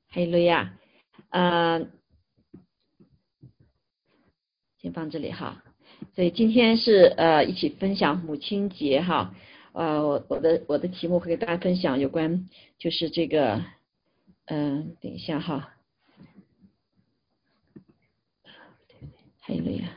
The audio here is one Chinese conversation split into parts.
哈利路亚，先放这里哈。所以今天是一起分享母亲节哈。我的题目会给大家分享有关就是这个，等一下哈，哈利路亚。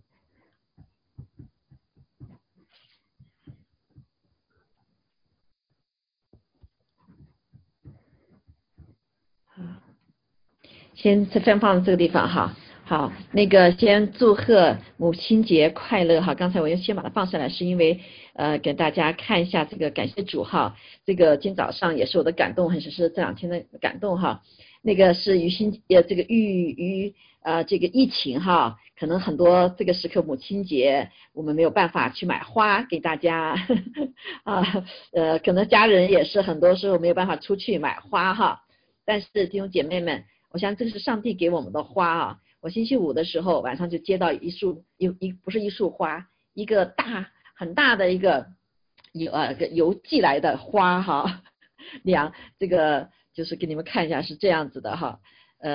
先放这个地方哈。好，那个先祝贺母亲节快乐哈。刚才我又先把它放上来，是因为给大家看一下这个感谢主哈。这个今早上也是我的感动，很是这2天的感动哈。那个是这个这个疫情哈，可能很多这个时刻母亲节我们没有办法去买花给大家可能家人也是很多时候没有办法出去买花哈。但是弟兄姐妹们，我想这是上帝给我们的花啊。我星期五的时候晚上就接到不是一束花，一个很大的一个邮寄来的花哈。这个就是给你们看一下是这样子的哈。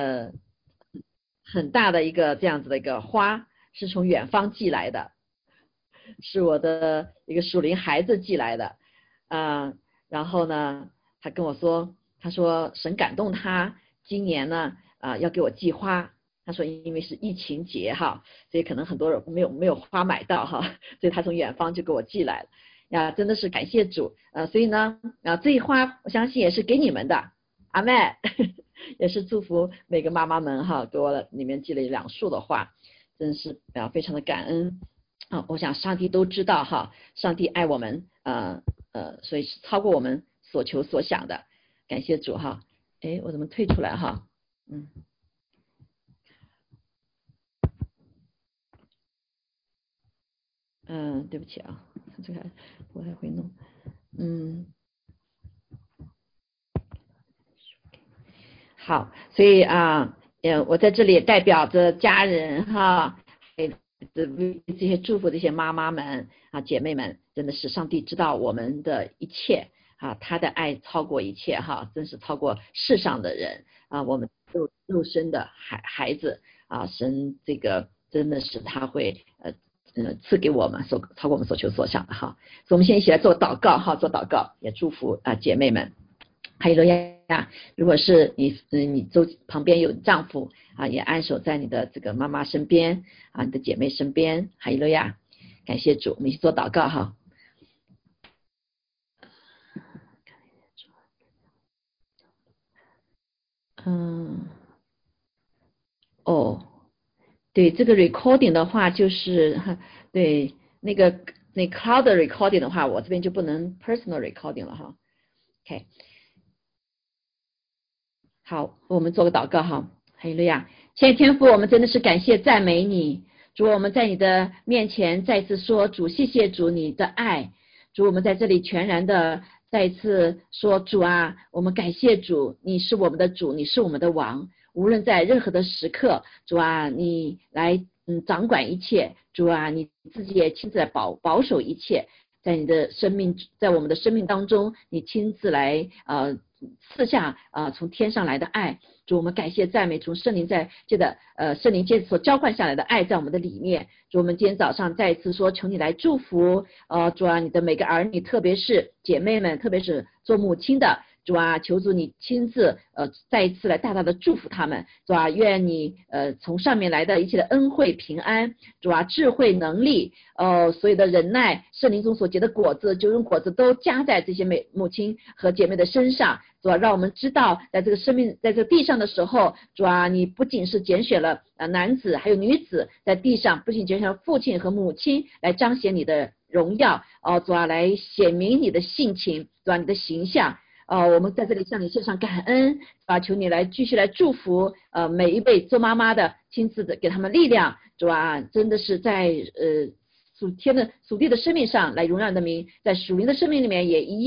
很大的一个这样子的一个花，是从远方寄来的，是我的一个属灵孩子寄来的然后呢他跟我说，他说神感动他今年呢要给我寄花。他说因为是疫情节哈，所以可能很多人没有花买到哈，所以他从远方就给我寄来了呀，真的是感谢主所以呢这一花我相信也是给你们的，阿妹也是祝福每个妈妈们哈，给我里面寄了2束的花，真是非常的感恩我想上帝都知道哈，上帝爱我们所以是超过我们所求所想的，感谢主哈。我怎么退出来哈？对不起啊，这个不太会弄。好，所以我在这里代表着家人哈，这些祝福这些妈妈们姐妹们，真的是上帝知道我们的一切他的爱超过一切哈，真是超过世上的人我们肉身的孩子神这个真的是他会赐给我们超过我们所求所想的哈。所以我们先一起来做祷告哈，做祷告也祝福姐妹们。哈利路亚！如果是你旁边有丈夫也安守在你的这个妈妈身边你的姐妹身边。哈利路亚！感谢主，我们一起做祷告哈。对，这个 recording 的话就是对那 cloud recording 的话，我这边就不能 personal recording 了哈。OK。好，我们做个祷告哈。哈利路亚！亲爱的天父，我们真的是感谢赞美你，主，我们在你的面前再次说，主，谢谢主你的爱，主，我们在这里全然的再一次说，主我们感谢主，你是我们的主，你是我们的王，无论在任何的时刻，主你来掌管一切，主你自己也亲自来保守一切，在你的生命，在我们的生命当中，你亲自来赐下从天上来的爱，主，我们感谢赞美主，圣灵圣灵借着所浇灌下来的爱在我们的里面，主，我们今天早上再一次说，求你来祝福主你的每个儿女，特别是姐妹们，特别是做母亲的，主求主你亲自再一次来大大的祝福他们，主愿你从上面来的一切的恩惠平安，主智慧能力所有的忍耐，圣灵中所结的果子，9种果子都加在这些母亲和姐妹的身上，主让我们知道在这个在这个地上的时候，主你不仅是拣选了男子还有女子在地上，不仅拣选了父亲和母亲来彰显你的荣耀主来显明你的性情，主你的形象我们在这里向你献上感恩求你来继续来祝福每一位做妈妈的，亲自的给他们力量，主真的是在属地的生命上来荣耀你的名，在属灵的生命里面也一样，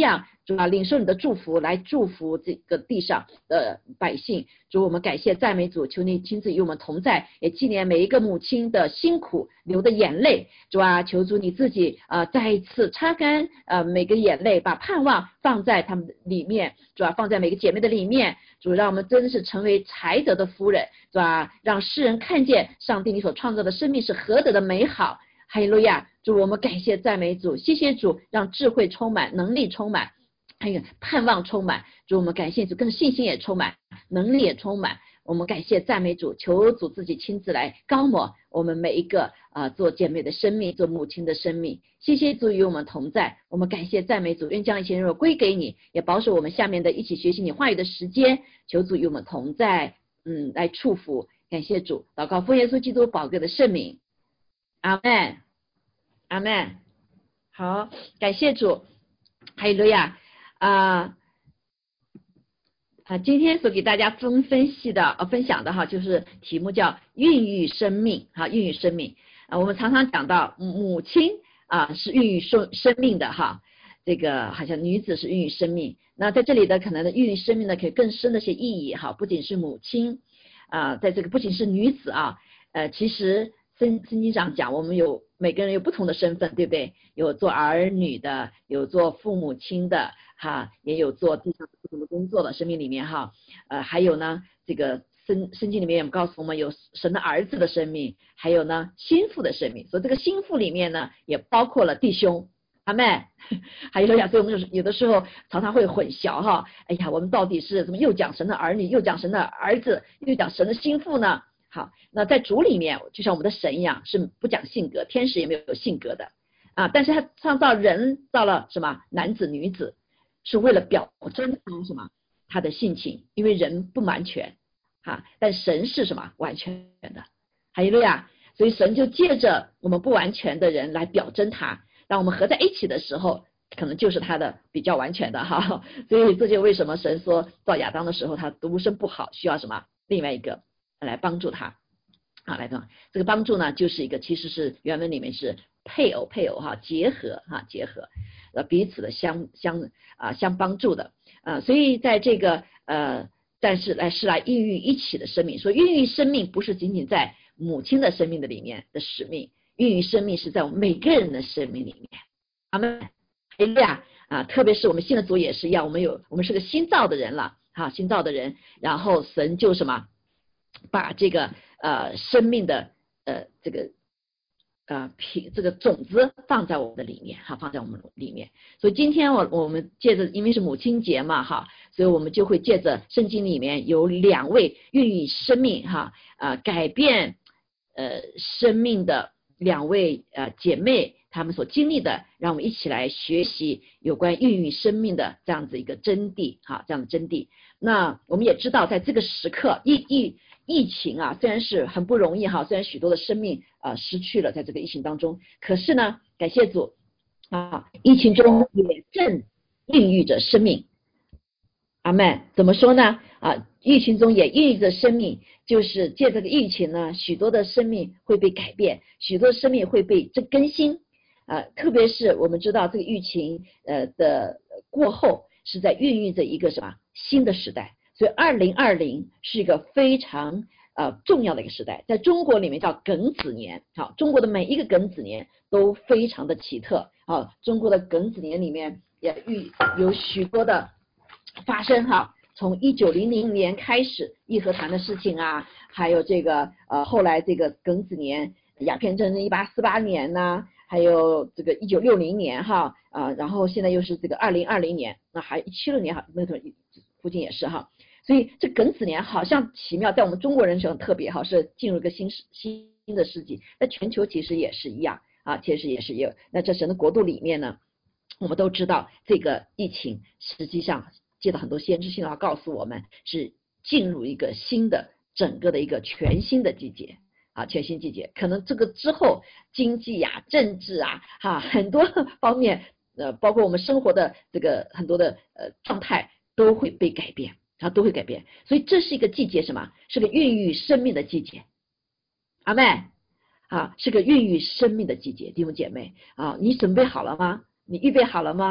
主啊，领受你的祝福来祝福这个地上的百姓。主，我们感谢赞美主，求你亲自与我们同在，也纪念每一个母亲的辛苦流的眼泪。主啊，求主你自己再一次擦干每个眼泪，把盼望放在他们里面，主啊，放在每个姐妹的里面。主，让我们真的是成为才德的夫人，主啊，让世人看见上帝你所创造的生命是何等的美好。哈利路亚！主，我们感谢赞美主，谢谢主，让智慧充满，能力充满，还有盼望充满。主，我们感谢主，更信心也充满，能力也充满。我们感谢赞美主，求主自己亲自来高抹我们每一个做姐妹的生命，做母亲的生命。谢谢主与我们同在，我们感谢赞美主，愿将一切荣耀归给你，也保守我们下面的一起学习你话语的时间。求主与我们同在，来祝福。感谢主，祷告奉耶稣基督宝贵的圣名，阿们，阿们。好，感谢主，哈利路亚今天所给大家分享的哈，就是题目叫孕育生命哈，孕育生命我们常常讲到母亲是孕育生命的哈，这个好像女子是孕育生命。那在这里的可能的孕育生命呢，可以更深的一些意义哈，不仅是母亲在这个不仅是女子其实圣经上讲，我们每个人有不同的身份，对不对？有做儿女的，有做父母亲的也有做地上不同的工作的生命里面还有呢，这个圣经里面也告诉我们有神的儿子的生命，还有呢心腹的生命。所以这个心腹里面呢，也包括了弟兄。阿们，还有所以我们有的时候常常会混淆哎呀，我们到底是怎么又讲神的儿女，又讲神的儿子，又讲神的心腹呢？好，那在主里面，就像我们的神一样，是不讲性格，天使也没有性格的但是他创造人，造了什么男子女子，是为了表征什么他的性情，因为人不完全但神是什么完全的，哈利路亚。所以神就借着我们不完全的人来表征他，让我们合在一起的时候，可能就是他的比较完全的所以这就为什么神说造亚当的时候他独生不好，需要什么另外一个来帮助他来帮这个帮助呢，就是一个其实是原文里面是配偶结合彼此的相帮助的所以在这个但是是来孕育一起的生命。所以孕育生命不是仅仅在母亲的生命的里面的使命，孕育生命是在我们每个人的生命里面。阿们，哈利路亚特别是我们信的主也是一样，我们是个新造的人了新造的人，然后神就什么把这个生命的这个种子放在我们的里面放在我们里面。所以今天我们借着因为是母亲节嘛所以我们就会借着圣经里面有2位孕育生命改变生命的2位姐妹，她们所经历的，让我们一起来学习有关孕育生命的这样子一个真谛这样的真谛。那我们也知道在这个时刻疫情虽然是很不容易虽然许多的生命失去了在这个疫情当中，可是呢感谢主疫情中也正孕育着生命。阿们，怎么说呢疫情中也孕育着生命，就是借这个疫情呢，许多的生命会被改变，许多生命会被更新特别是我们知道这个疫情的过后是在孕育着一个什么新的时代。所以2020是一个非常重要的一个时代，在中国里面叫庚子年中国的每一个庚子年都非常的奇特中国的庚子年里面也有许多的发生从1900年开始义和团的事情还有这个后来这个庚子年鸦片战争1848年还有这个1960年然后现在又是这个2020年，那还76年那个附近也是所以这庚子年好像奇妙，在我们中国人身上特别是进入一个新的世纪，在全球其实也是一样其实也是有。那这神的国度里面呢，我们都知道这个疫情实际上借着很多先知性的话告诉我们，是进入一个新的整个的一个全新的季节全新季节。可能这个之后经济政治很多方面包括我们生活的这个很多的状态都会被改变都会改变。所以这是一个季节，什么？是个孕育生命的季节。阿们是个孕育生命的季节。弟兄姐妹你准备好了吗？你预备好了吗？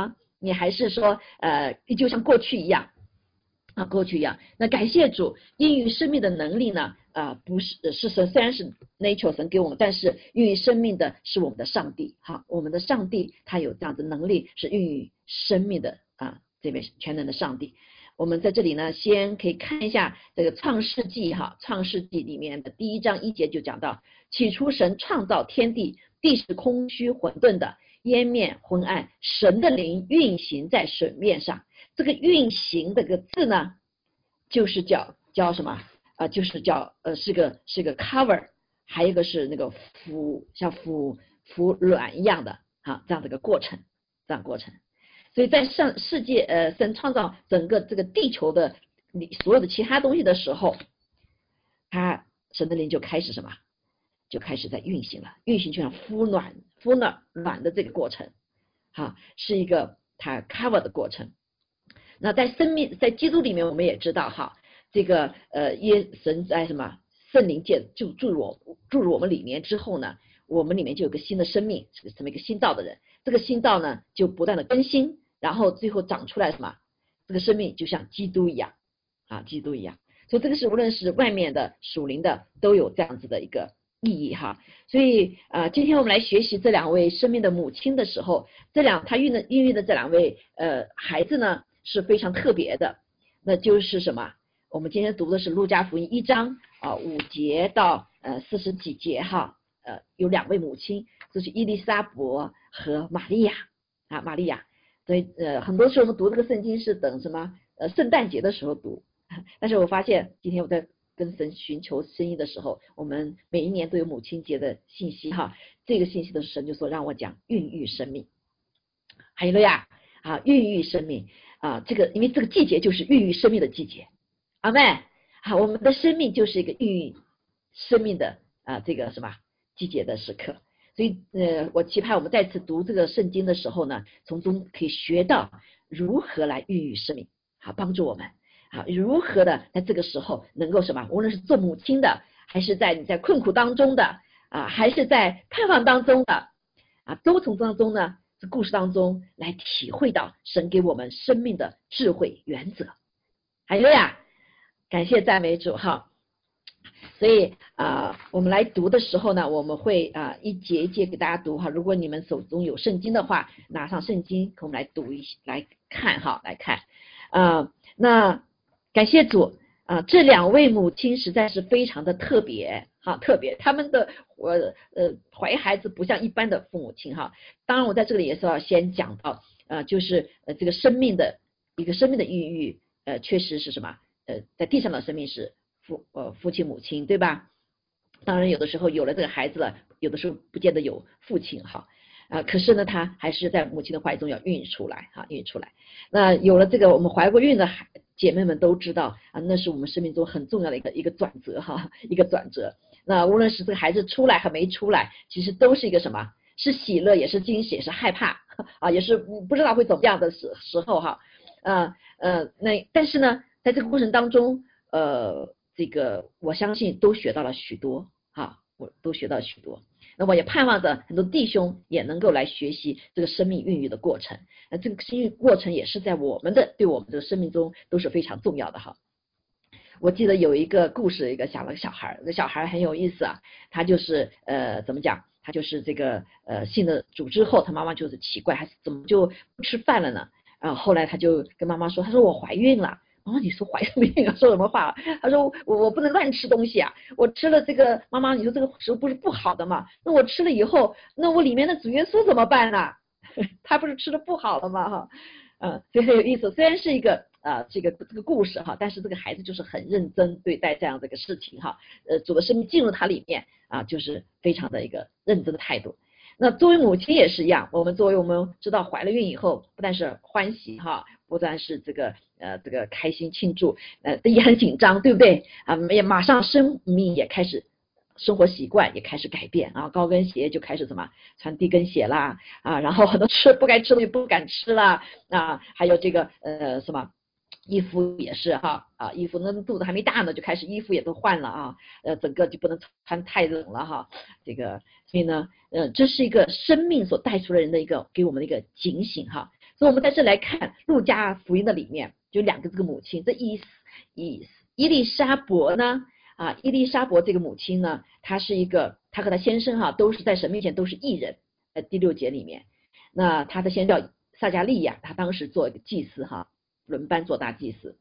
你还是说就像过去一样过去一样。那感谢主，孕育生命的能力呢不是神，虽然是 nature 神给我们，但是孕育生命的是我们的上帝我们的上帝他有这样的能力，是孕育生命的这位全能的上帝。我们在这里呢，先可以看一下这个创世纪创世纪里面的第1章1节就讲到，起初神创造天地，地是空虚混沌的，烟面昏暗，神的灵运行在水面上。这个运行这个字呢，就是叫什么就是叫是个 cover， 还有一个是那个像孵卵一样的这样的一个过程，所以在世界神创造整个这个地球的所有的其他东西的时候，神的灵就开始什么？就开始在运行了，运行就像孵卵的这个过程是一个它 cover 的过程。那在基督里面，我们也知道这个神在什么圣灵界就注入我们里面之后呢，我们里面就有个新的生命，是成为一个新造的人。这个新造呢，就不断的更新，然后最后长出来什么？这个生命就像基督一样基督一样。所以这个是无论是外面的属灵的都有这样子的一个意义所以今天我们来学习这2位生命的母亲的时候，她孕育的这2位孩子呢是非常特别的。那就是什么？我们今天读的是路加福音1章5节到40几节有2位母亲，就是伊丽莎伯和玛利亚玛利亚。所以很多时候我们读这个圣经是等什么圣诞节的时候读，但是我发现今天我在跟神寻求生意的时候，我们每一年都有母亲节的信息这个信息的神就说让我讲孕育生命，哈利路亚孕育生命这个因为这个季节就是孕育生命的季节，阿们我们的生命就是一个孕育生命的这个什么季节的时刻。所以我期盼我们再次读这个圣经的时候呢，从中可以学到如何来孕育生命帮助我们如何的在这个时候能够什么，无论是做母亲的，还是在你在困苦当中的还是在盼望当中的都从当中呢这故事当中来体会到神给我们生命的智慧原则。哈利路亚，感谢赞美主所以我们来读的时候呢，我们会一节一节给大家读如果你们手中有圣经的话，拿上圣经跟我们来读来看来看那感谢主这2位母亲实在是非常的特别特别，他们的怀孩子不像一般的父母亲当然我在这里也是要先讲到就是这个生命的一个生命的孕育确实是什么在地上的生命是父亲母亲对吧？当然有的时候有了这个孩子了，有的时候不见得有父亲可是呢他还是在母亲的怀中要孕出来孕出来。那有了这个我们怀过孕的姐妹们都知道那是我们生命中很重要的一个转折一个转折。那无论是这个孩子出来还没出来，其实都是一个什么？是喜乐，也是惊喜，也是害怕也是不知道会怎么样的时候那但是呢在这个过程当中这个我相信都学到了许多我都学到许多。那我也盼望着很多弟兄也能够来学习这个生命孕育的过程，这个生育过程也是在对我们的生命中都是非常重要的我记得有一个故事，一个小孩，这小孩很有意思他就是怎么讲，他就是这个信了主之后，他妈妈就是奇怪，还是怎么就不吃饭了呢？后来他就跟妈妈说，他说我怀孕了。妈妈，你说怀什么孕说什么话？他说我不能乱吃东西我吃了这个，妈妈你说这个食物不是不好的吗？那我吃了以后，那我里面的主耶稣怎么办呢？他不是吃的不好了吗所以很有意思，虽然是一个这个故事但是这个孩子就是很认真对待这样的一个事情主的生命进入他里面就是非常的一个认真的态度。那作为母亲也是一样，我们知道怀了孕以后，不但是欢喜不但是这个开心庆祝也很紧张，对不对也马上生命也开始生活习惯也开始改变高跟鞋就开始什么穿低跟鞋啦然后很多不该吃的东西不敢吃啦还有这个什么衣服也是衣服那肚子还没大呢就开始衣服也都换了整个就不能穿太冷了这个所以呢这是一个生命所带出来人的一个给我们的一个警醒所以我们在这来看路加福音的里面就两个这个母亲，这伊丽莎伯呢伊丽莎伯这个母亲呢，她和她先生都是在神面前都是义人，第6节里面，那她的先生叫撒加利亚，他当时做一个祭司轮班做大祭司，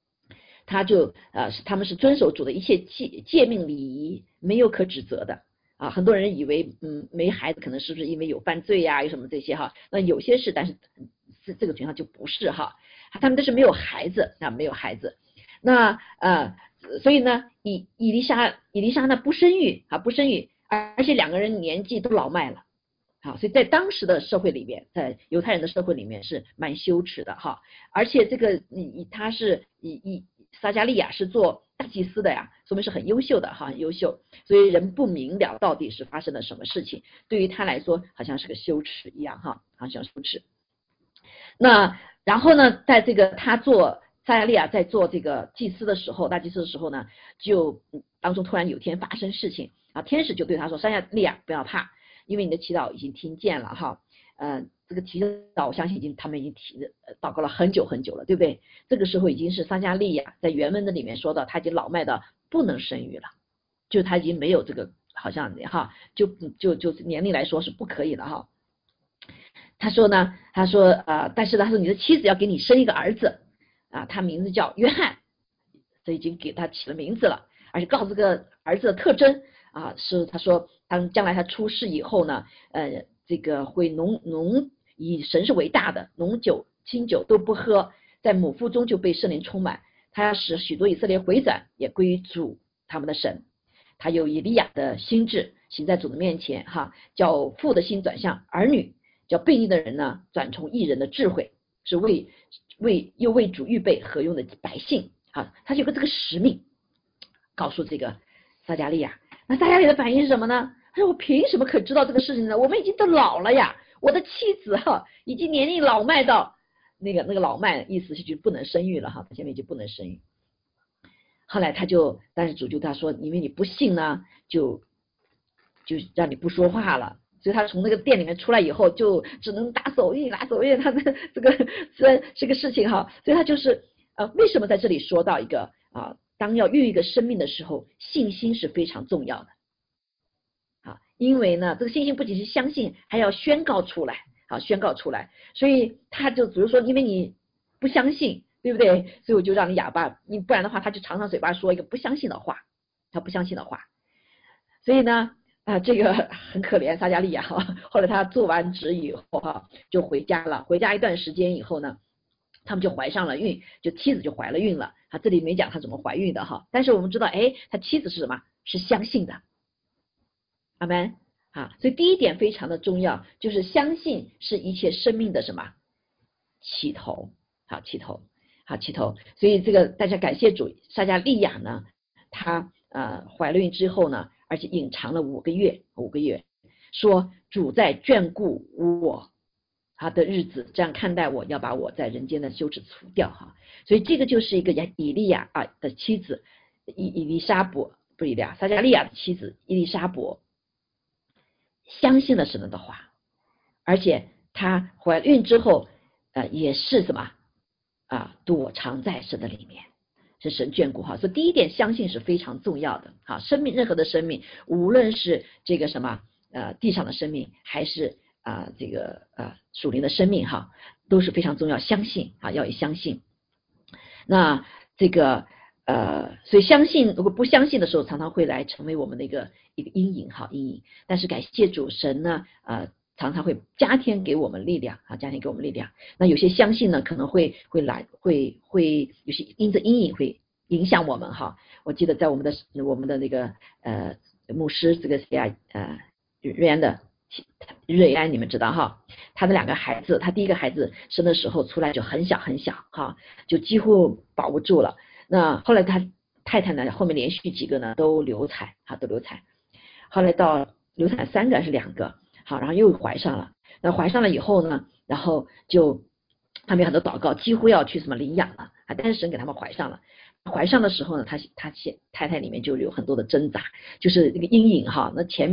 他们是遵守主的一切诫命礼仪，没有可指责的很多人以为没孩子可能是不是因为有犯罪有什么这些那有些是，但是这个情况就不是他们都是没有孩子没有孩子，那所以呢以丽莎呢不生育而且两个人年纪都老迈了所以在当时的社会里面，在犹太人的社会里面是蛮羞耻的而且这个他是撒加利亚是做大祭司的说明是很优秀的很优秀，所以人不明了到底是发生了什么事情，对于他来说好像是个羞耻一样好像羞耻。那然后呢，在这个撒加利亚在做这个大祭司的时候呢，就当中突然有天发生事情天使就对他说，撒加利亚不要怕，因为你的祈祷已经听见了这个祈祷我相信他们已经祷告了很久很久了，对不对？这个时候已经是撒加利亚在原文的里面说到他已经老迈到不能生育了，就他已经没有这个好像就年龄来说是不可以了他说但是他说你的妻子要给你生一个儿子他名字叫约翰，这已经给他起了名字了，而且告诉这个儿子的特征是他说当将来他出世以后呢这个会以神是为大的，浓酒清酒都不喝，在母腹中就被圣灵充满，他要使许多以色列回转，也归于主他们的神。他有以利亚的心志，行在主的面前叫父的心转向儿女，叫悖逆的人呢转从义人的智慧，是又为主预备合用的百姓他有个这个使命告诉这个撒加利亚。那撒加利亚的反应是什么呢？他说我凭什么可知道这个事情呢？我们已经都老了呀，我的妻子已经年龄老迈到那个老迈意思是就不能生育了他现在已经不能生育。后来但是主就他说因为你不信呢就让你不说话了，所以他从那个店里面出来以后就只能打手印他的这个这个事情所以他就是为什么在这里说到一个当要孕育一个生命的时候，信心是非常重要的因为呢这个信心不仅是相信，还要宣告出来所以他就比如说因为你不相信对不对，所以我就让你哑巴，你不然的话他就常常嘴巴说一个不相信的话，所以呢这个很可怜撒加利亚后来他做完职以后就回家了，回家一段时间以后呢他们就怀上了孕，就妻子就怀了孕了这里没讲他怎么怀孕的但是我们知道他妻子是什么？是相信的，阿们所以第一点非常的重要，就是相信是一切生命的什么起头起头。所以这个大家感谢主，撒加利亚呢她怀了孕之后呢，而且隐藏了5个月，说主在眷顾我的日子，这样看待我，要把我在人间的羞耻除掉所以这个就是一个以利亚的妻子以利沙伯，不是以利亚，撒加利亚的妻子以利沙伯相信了神的话，而且她怀孕之后也是什么躲藏在神的里面，是神眷顾所以第一点相信是非常重要的生命，任何的生命，无论是这个什么地上的生命，还是这个属灵的生命都是非常重要，相信要以相信。那这个所以相信，如果不相信的时候，常常会来成为我们的一个阴影但是感谢主，神呢常常会加添给我们力量那有些相信呢可能会有些因着阴影会影响我们我记得在我们的那个牧师这个谁瑞安你们知道他的2个孩子，他第一个孩子生的时候出来就很小就几乎保不住了，那后来他太太呢后面连续几个呢都流产后来到流产3个还是2个然后又怀上了，那怀上了以后呢，然后就他们有很多祷告，几乎要去什么领养了但是神给他们怀上了。怀上的时候呢，他太太里面就有很多的挣扎，就是那个阴影那前面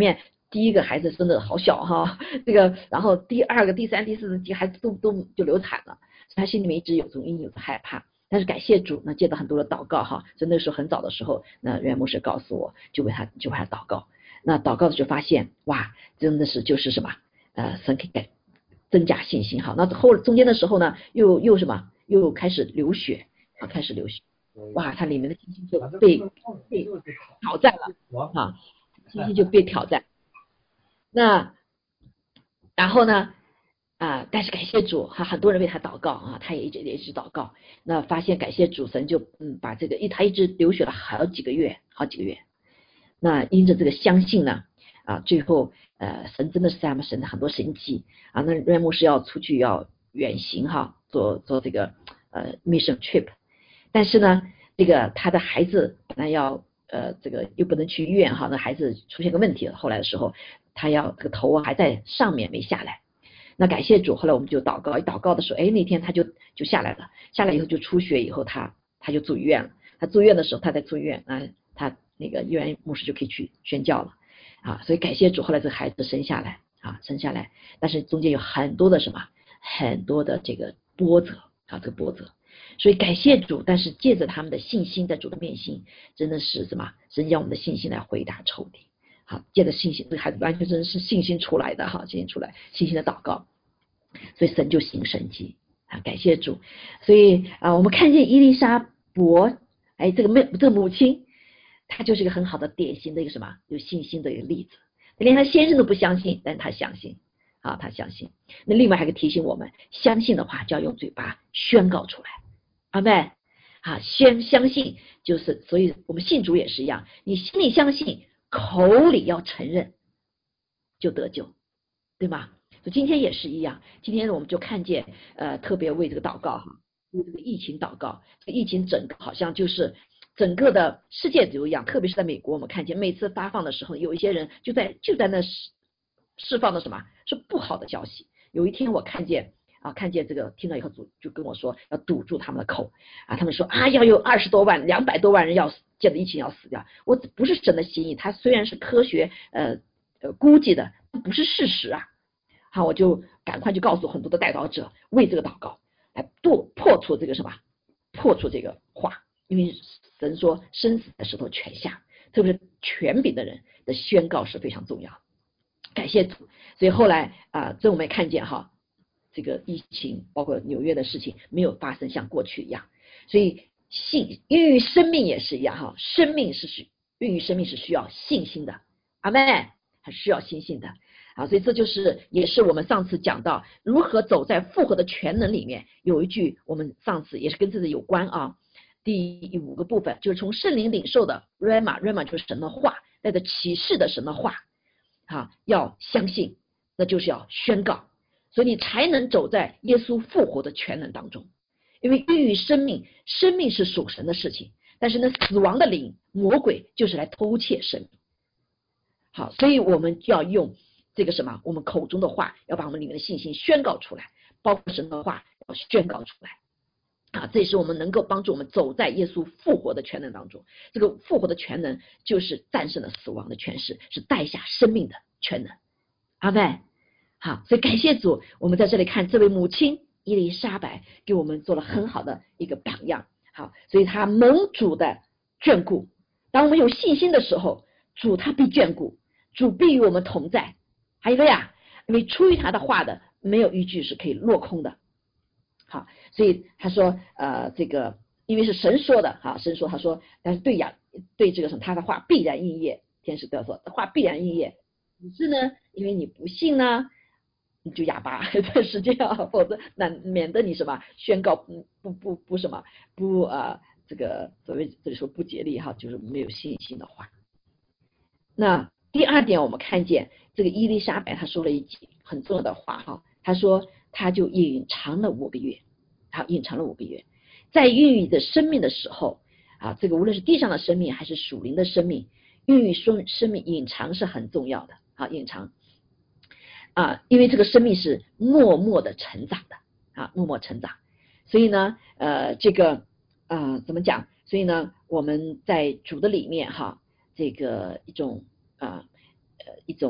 第一个孩子生的好小哈，这个然后第二个、第三、第四个孩子都就流产了，他心里面一直有种阴影，有种害怕。但是感谢主，那借着很多的祷告哈，所以那时候很早的时候，那袁牧师告诉我，就为他祷告。那祷告的时候发现，哇，真的是就是什么，神可以增加信心哈。那中间的时候呢，又什么，又开始流血啊，开始流血，哇，他里面的信心就被挑战了啊，信心就被挑战。那然后呢？但是感谢主，很多人为他祷告啊，他也一直祷告。那发现感谢主，神就把这个他一直流血了好几个月。那因着这个相信呢，最后神真的是在他们神的很多神迹啊。那瑞牧师要出去要远行哈，做这个mission trip，但是呢，这个他的孩子本来要这个又不能去医院哈，那孩子出现个问题了。后来的时候，他要这个头还在上面没下来。那感谢主，后来我们就祷告，一祷告的时候，那天他就下来了，下来以后就出血，以后他就住医院了。他住院的时候，他在住院他那个医院牧师就可以去宣教了所以感谢主，后来这个孩子生下来，但是中间有很多的这个波折这个波折，所以感谢主，但是借着他们的信心，在主的面心，真的是什么？神让我们的信心来回答仇敌。借着信心，这个孩子完全真是信心出来的信心出来，信心的祷告，所以神就行神迹感谢主。所以我们看见伊丽莎伯，这个母亲，她就是一个很好的典型的一个什么有信心的一个例子，连她先生都不相信，但是她相信她相信。那另外还可以提醒我们，相信的话就要用嘴巴宣告出来，阿们相信就是，所以我们信主也是一样，你心里相信，口里要承认，就得救，对吗？所以今天也是一样，今天我们就看见特别为这个祷告为这个疫情祷告，这个疫情整个好像就是整个的世界都一样，特别是在美国，我们看见每次发放的时候，有一些人就在那释放的什么是不好的消息。有一天我看见这个，听了以后就跟我说要堵住他们的口他们说要有20多万、200多万人要见着疫情要死掉，我不是神的心意，它虽然是科学估计的，不是事实我就赶快就告诉很多的代祷者为这个祷告来破除这个话，因为神说生死的石头全下，特别是权柄的人的宣告是非常重要的。感谢主，所以后来这我们也看见这个疫情包括纽约的事情没有发生像过去一样，所以孕育生命也是一样孕育生命是需要信心的，阿们，还需要信心的所以这也是我们上次讲到如何走在复活的全能里面，有一句我们上次也是跟这个有关第5个部分就是从圣灵领受的 Rhema 就是神的话，带着启示的神的话要相信，那就是要宣告，所以你才能走在耶稣复活的全能当中。因为孕育生命是属神的事情，但是呢死亡的灵魔鬼就是来偷窃生命所以我们就要用这个什么我们口中的话，要把我们里面的信心宣告出来，包括神的话要宣告出来这也是我们能够帮助我们走在耶稣复活的全能当中。这个复活的全能就是战胜了死亡的权势，是带下生命的全能，阿们。所以感谢主，我们在这里看这位母亲伊丽莎白给我们做了很好的一个榜样所以她蒙主的眷顾，当我们有信心的时候，主他必眷顾，主必与我们同在，还有一个因为出于他的话的没有一句是可以落空的所以他说这个因为是神说的神说，他说但是对这个他的话必然应验，天使都要说话必然应验，只是呢因为你不信呢你就哑巴这是这样，否则免得你什么宣告不什么不这个所谓这里说不竭力就是没有信心的话。那第二点，我们看见这个伊丽莎白她说了一句很重要的话她说她就隐藏了5个月隐藏了5个月，在孕育的生命的时候这个无论是地上的生命还是属灵的生命，孕育生命隐藏是很重要的隐藏因为这个生命是默默的成长的默默成长，所以呢这个怎么讲，所以呢我们在主的里面这个一种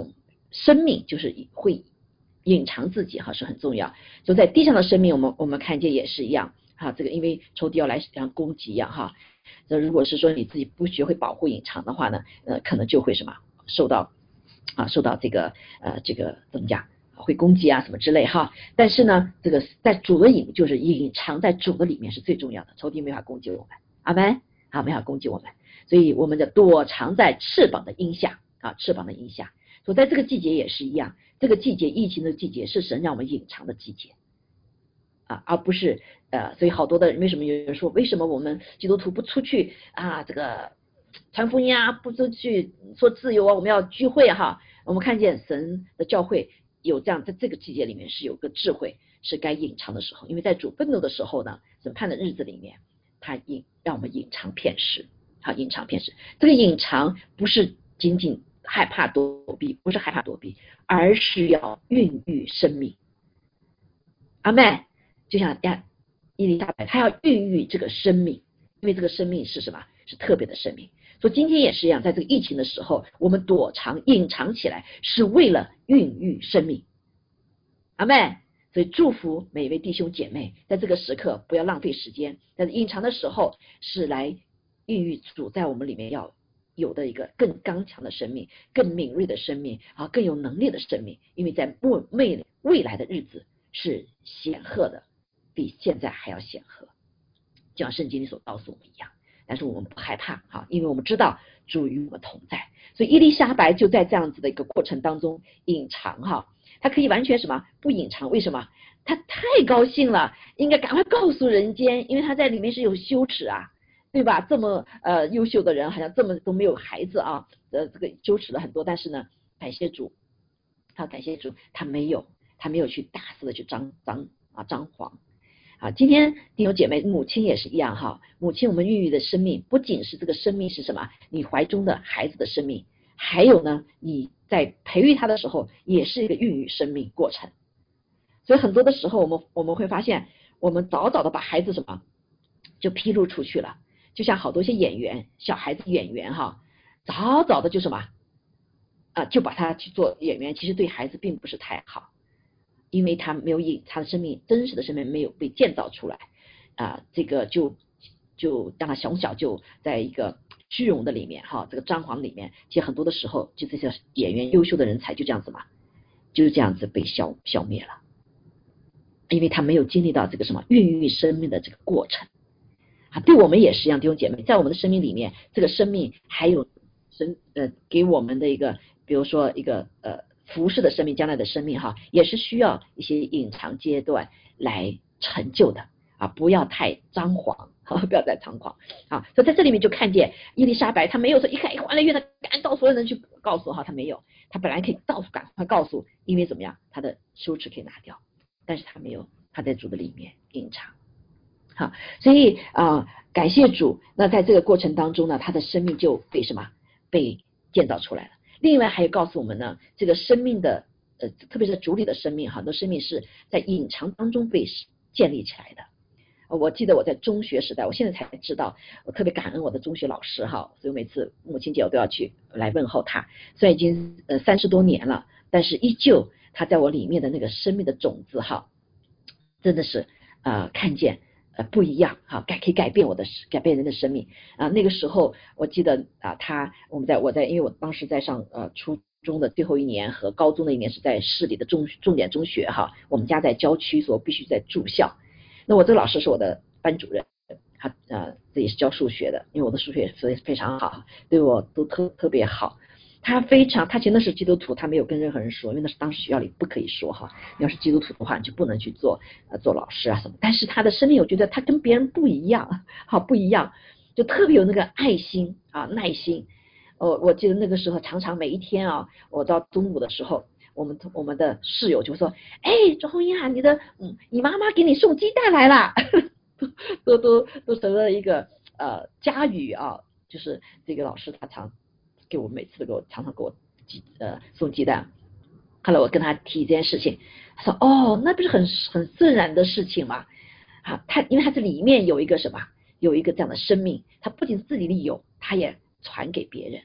生命就是会隐藏自己哈，是很重要。就在地上的生命，我们看见也是一样哈，这个因为仇敌要来像攻击一样哈。那如果是说你自己不学会保护隐藏的话呢，可能就会什么受到这个怎么讲，会攻击啊什么之类哈。但是呢，这个在主的就是隐藏在主的里面是最重要的，仇敌没法攻击我们，阿们，好，没法攻击我们，所以我们的躲藏在翅膀的荫下啊，翅膀的荫下。所以在这个季节也是一样，这个季节疫情的季节是神让我们隐藏的季节啊，而不是所以好多的人为什么有人说为什么我们基督徒不出去啊这个传福音啊，不出去说自由啊，我们要聚会哈。我们看见神的教会有这样，在这个季节里面是有个智慧，是该隐藏的时候，因为在主愤怒的时候呢，审判的日子里面，他让我们隐藏片时，好，隐藏片时。这个隐藏不是仅仅害怕躲避，不是害怕躲避，而是要孕育生命。阿们，就像伊丽莎白，她要孕育这个生命，因为这个生命是什么？是特别的生命。所以今天也是一样，在这个疫情的时候，我们躲藏、隐藏起来，是为了孕育生命。阿们。所以祝福每一位弟兄姐妹，在这个时刻不要浪费时间，在隐藏的时候是来孕育主在我们里面要有的一个更刚强的生命，更敏锐的生命啊，更有能力的生命。因为在未来的日子是显赫的，比现在还要显赫，就像圣经里所告诉我们一样。但是我们不害怕哈，因为我们知道主与我们同在。所以伊丽莎白就在这样子的一个过程当中隐藏哈，她可以完全什么不隐藏？为什么？她太高兴了，应该赶快告诉人间，因为她在里面是有羞耻啊，对吧？这么优秀的人，好像这么都没有孩子啊，这个羞耻了很多。但是呢，感谢主，感谢主，他没有去大肆的去张狂。啊，今天弟兄姐妹，母亲也是一样哈。母亲我们孕育的生命，不仅是这个生命是什么，你怀中的孩子的生命，还有呢，你在培育他的时候，也是一个孕育生命过程。所以很多的时候，我们会发现，我们早早的把孩子什么就披露出去了。就像好多些演员，小孩子演员哈，早早的就什么就把他去做演员，其实对孩子并不是太好。因为他没有他的生命真实的生命没有被建造出来这个就让他从小就在一个虚荣的里面哈，这个张皇里面，其实很多的时候就这些演员优秀的人才就这样子嘛，就是这样子被消灭了，因为他没有经历到这个什么孕育生命的这个过程对我们也是一样，弟兄姐妹，在我们的生命里面，这个生命还有神给我们的一个，比如说一个服侍的生命，将来的生命哈，也是需要一些隐藏阶段来成就的不要太张狂不要太张狂所以在这里面就看见伊丽莎白，她没有说一看怀了孕，她赶紧到所有人去告诉她没有，她本来可以到处赶快告诉，因为怎么样，她的羞耻可以拿掉，但是她没有，她在主的里面隐藏好，所以感谢主，那在这个过程当中呢，她的生命就被什么被建造出来了。另外还有告诉我们呢，这个生命的特别是主里的生命，很多生命是在隐藏当中被建立起来的。我记得我在中学时代，我现在才知道，我特别感恩我的中学老师哈，所以每次母亲节我都要去来问候他。虽然已经30多年了，但是依旧他在我里面的那个生命的种子哈，真的是看见不一样可以改变人的生命那个时候我记得我在因为我当时在上初中的最后一年和高中的一年是在市里的重点中学哈，我们家在郊区，所以我必须在住校。那我这个老师是我的班主任，他这也是教数学的，因为我的数学非常好，对我都特别好。他其实那是基督徒，他没有跟任何人说，因为那是当时学校里不可以说哈。你要是基督徒的话，你就不能去做老师什么。但是他的生命，我觉得他跟别人不一样，不一样，就特别有那个爱心耐心。我记得那个时候，常常每一天我到中午的时候，我们的室友就说：“哎，周红英你妈妈给你送鸡蛋来了。”都成了一个家语就是这个老师他每次都常常给我送鸡蛋。后来我跟他提这件事情，他说那不是很自然的事情吗因为他这里面有一个什么，有一个这样的生命，他不仅自己里有，他也传给别人。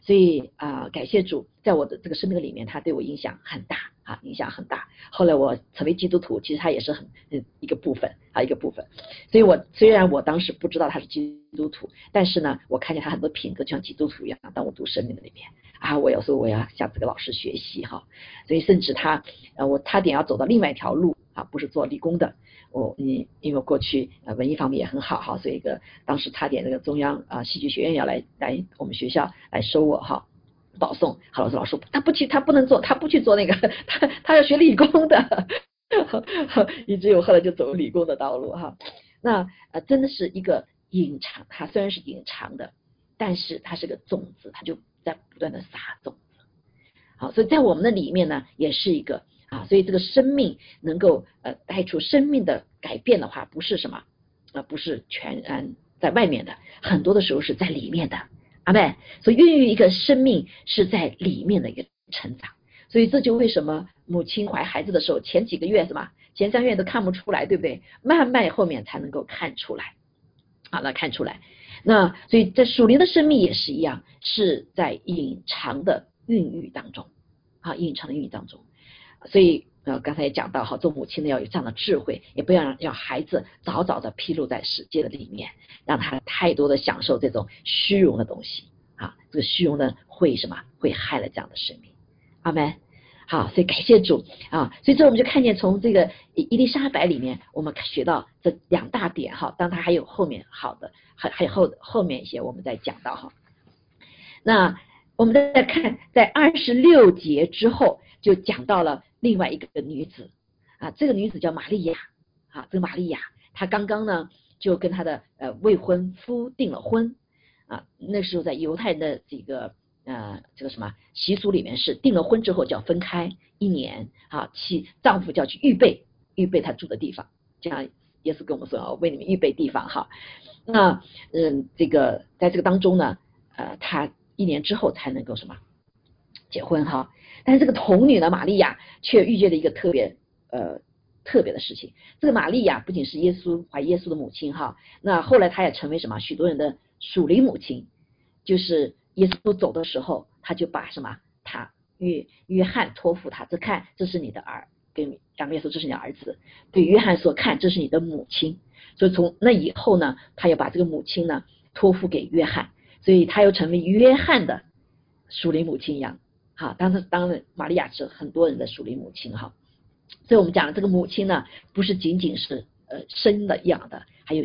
所以感谢主，在我的这个生命的里面，他对我影响很大影响很大。后来我成为基督徒，其实他也是一个部分一个部分。所以虽然我当时不知道他是基督徒，但是呢，我看见他很多品格就像基督徒一样。当我读生命的里面我有时候我要向这个老师学习所以甚至我差点要走到另外一条路不是做理工的。因为过去文艺方面也很好所以当时差点那个中央戏剧学院要来我们学校来收我保送。老师说他不能做，他不去做那个，他要学理工的，以至于我后来就走理工的道路那真的是一个隐藏，它虽然是隐藏的，但是它是个种子，它就在不断的撒种子。所以在我们的里面呢，也是一个所以这个生命能够带出生命的改变的话，不是什么不是全然在外面的，很多的时候是在里面的。阿们。所以孕育一个生命是在里面的一个成长。所以这就为什么母亲怀孩子的时候前几个月前3个月都看不出来，对不对？慢慢后面才能够看出来看出来。那所以在属灵的生命也是一样，是在隐藏的孕育当中隐藏的孕育当中。所以刚才也讲到做母亲的要有这样的智慧，也不要让孩子早早的披露在世界的里面，让他太多的享受这种虚荣的东西这个虚荣呢会害了这样的生命。阿们。所以感谢主所以这我们就看见从这个伊丽莎白里面我们学到这2大点当然它还有后面好的还有后面一些我们再讲到那我们再看在26节之后就讲到了另外一个女子这个女子叫玛利亚这个玛利亚她刚刚呢就跟她的未婚夫订了婚那时候在犹太人的这个什么习俗里面是订了婚之后就要分开1年丈夫就要去预备他住的地方，这样耶稣跟我们说为你们预备地方那这个在这个当中呢他1年之后才能够结婚但是这个童女呢玛利亚却遇见了一个特别的事情。这个玛利亚不仅是怀耶稣的母亲那后来她也成为许多人的属灵母亲。就是耶稣走的时候，他就把他约翰托付他，这是你的跟讲耶稣这是你的儿子，对约翰说看这是你的母亲。所以从那以后呢，他又把这个母亲呢托付给约翰，所以他又成为约翰的属灵母亲一样当然玛利亚是很多人的属灵母亲所以我们讲的这个母亲呢，不是仅仅是生的养的，还有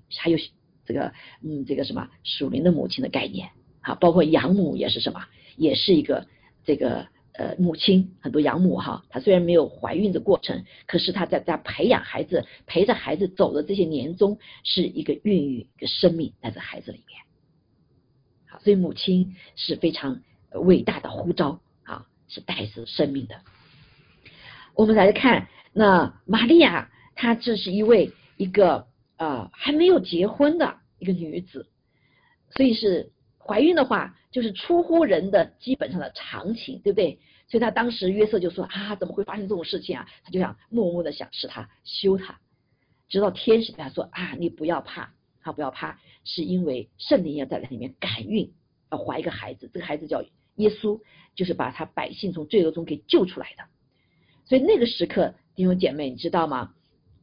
这个属灵的母亲的概念包括养母也是也是一个这个母亲。很多养母她虽然没有怀孕的过程，可是她在培养孩子陪着孩子走的这些年中，是一个孕育一个生命在这孩子里面所以母亲是非常伟大的呼召是带着生命的。我们来看那玛利亚，她这是一个还没有结婚的一个女子，所以是怀孕的话就是出乎人的基本上的常情，对不对？所以他当时约瑟就说怎么会发生这种事情他就想默默的想使他休他，直到天使跟他说你不要怕不要怕，是因为圣灵要在里面感孕，要怀一个孩子，这个孩子叫耶稣，就是把他百姓从罪恶中给救出来的。所以那个时刻弟兄姐妹你知道吗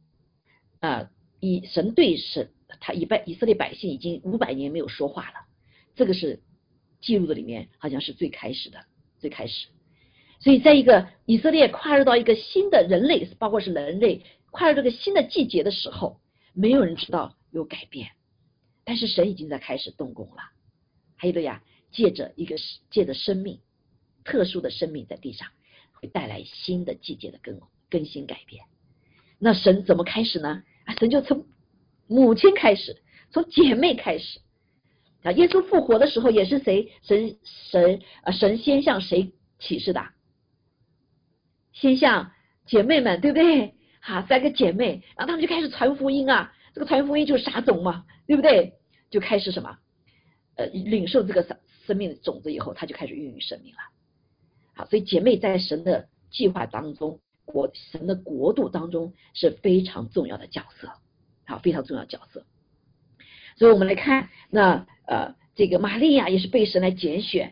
神对他以色列百姓已经500年没有说话了，这个是记录的里面好像是最开始。所以在一个以色列跨入到一个新的人类，包括是人类跨入这个新的季节的时候，没有人知道有改变，但是神已经在开始动工了。还有的借着生命，特殊的生命在地上会带来新的季节的更新改变。那神怎么开始呢？神就从母亲开始，从姐妹开始耶稣复活的时候也是谁？神先向谁启示的？先向姐妹们，对不对？3个姐妹，然后他们就开始传福音这个传福音就是撒种嘛，对不对？就开始领受这个生命的种子以后，他就开始孕育生命了所以姐妹在神的计划当中，神的国度当中是非常重要的角色非常重要的角色。所以我们来看那这个玛利亚也是被神来拣选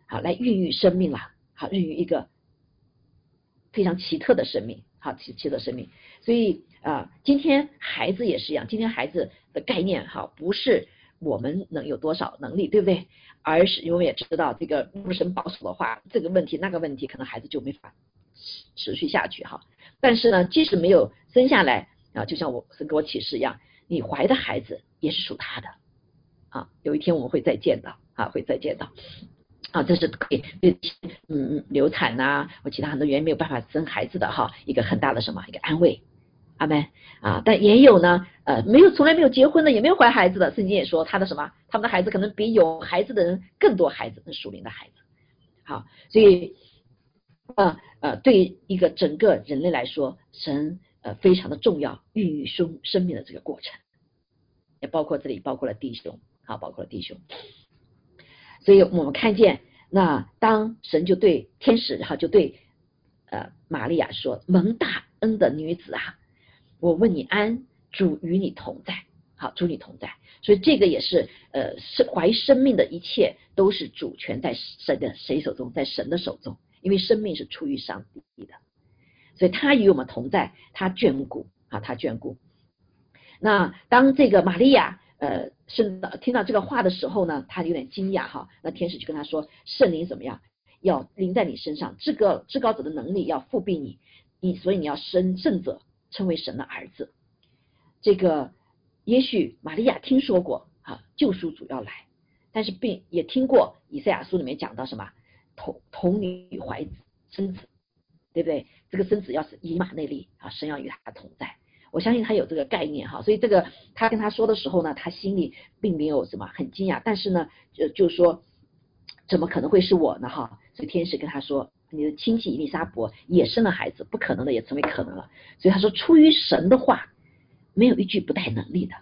好来孕育生命了，好孕育一个非常奇特的生命，好奇特的生命。所以今天孩子也是一样，今天孩子的概念好不是我们能有多少能力，对不对？而是因为我们也知道这个如果神保守的话，这个问题那个问题可能孩子就没法持续下去哈。但是呢，即使没有生下来就像神给我启示一样，你怀的孩子也是属他的有一天我们会再见到会再见到这是可以流产或其他很多原因没有办法生孩子的一个很大的一个安慰，阿们但也有呢从来没有结婚的，也没有怀孩子的，圣经也说他们的孩子可能比有孩子的人更多孩子，那属灵的孩子。好，所以对一个整个人类来说，神非常的重要，孕育生命的这个过程，也包括这里包括了弟兄，包括了弟兄。所以我们看见，那当神就对天使就对玛利亚说，蒙大恩的女子我问你安，主与你同在，好，主与你同在。所以这个也是怀生命的一切都是主权在谁手中，在神的手中，因为生命是出于上帝的，所以他与我们同在，他眷顾他眷顾。那当这个玛利亚听到这个话的时候呢，他有点惊讶那天使就跟他说，圣灵怎么样，要临在你身上，至高者的能力要复庇你，所以你要生圣者，成为神的儿子。这个也许玛利亚听说过救赎主要来，但是并也听过以赛亚书里面讲到什么童女怀生子，对不对？这个生子要是以马内利神要与他同在。我相信他有这个概念所以这个他跟他说的时候呢，他心里并没有很惊讶，但是呢就是说怎么可能会是我呢所以天使跟他说，你的亲戚以利沙伯也生了孩子，不可能的也成为可能了。所以他说出于神的话，没有一句不带能力的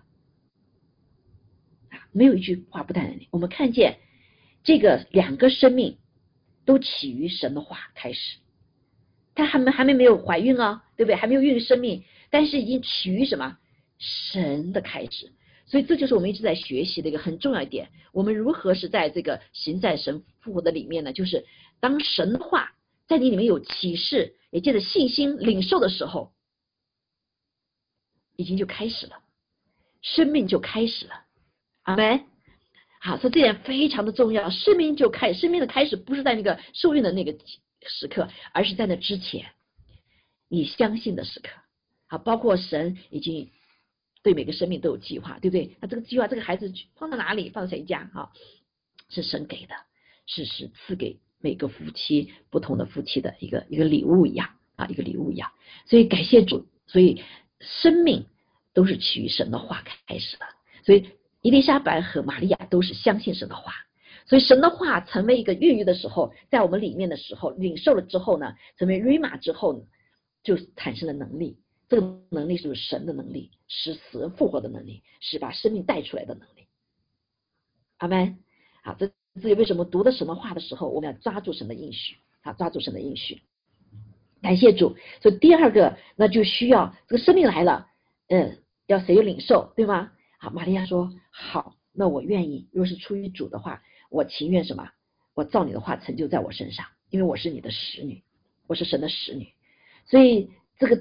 没有一句话不带能力。我们看见这个两个生命都起于神的话开始，他还没有怀孕对不对？还没有孕育生命，但是已经起于什么神的开始。所以这就是我们一直在学习的一个很重要一点，我们如何是在这个行在神复活的里面呢？就是当神的话在你里面有启示，也借着信心领受的时候，已经就开始了，生命就开始了，阿们。好，所以这点非常的重要，生命的开始不是在那个受孕的那个时刻，而是在那之前你相信的时刻。好，包括神已经对每个生命都有计划，对不对？那这个计划，这个孩子放到哪里，放到谁家是神给的，是赐给每个夫妻不同的夫妻的一个礼物一样一个礼物一样。所以感谢主，所以生命都是起于神的话开始的。所以伊丽莎白和玛利亚都是相信神的话，所以神的话成为一个孕育的时候，在我们里面的时候，领受了之后呢，成为瑞玛之后呢，就产生了能力。这个能力是神的能力，是死人复活的能力，是把生命带出来的能力。阿们。好，这是为什么读的神的话的时候，我们要抓住神的应许抓住神的应许。感谢主。所以第二个，那就需要这个生命来了，要谁领受，对吗？好，玛利亚说好，那我愿意，若是出于主的话，我情愿什么？我照你的话成就在我身上，因为我是你的使女，我是神的使女。所以这个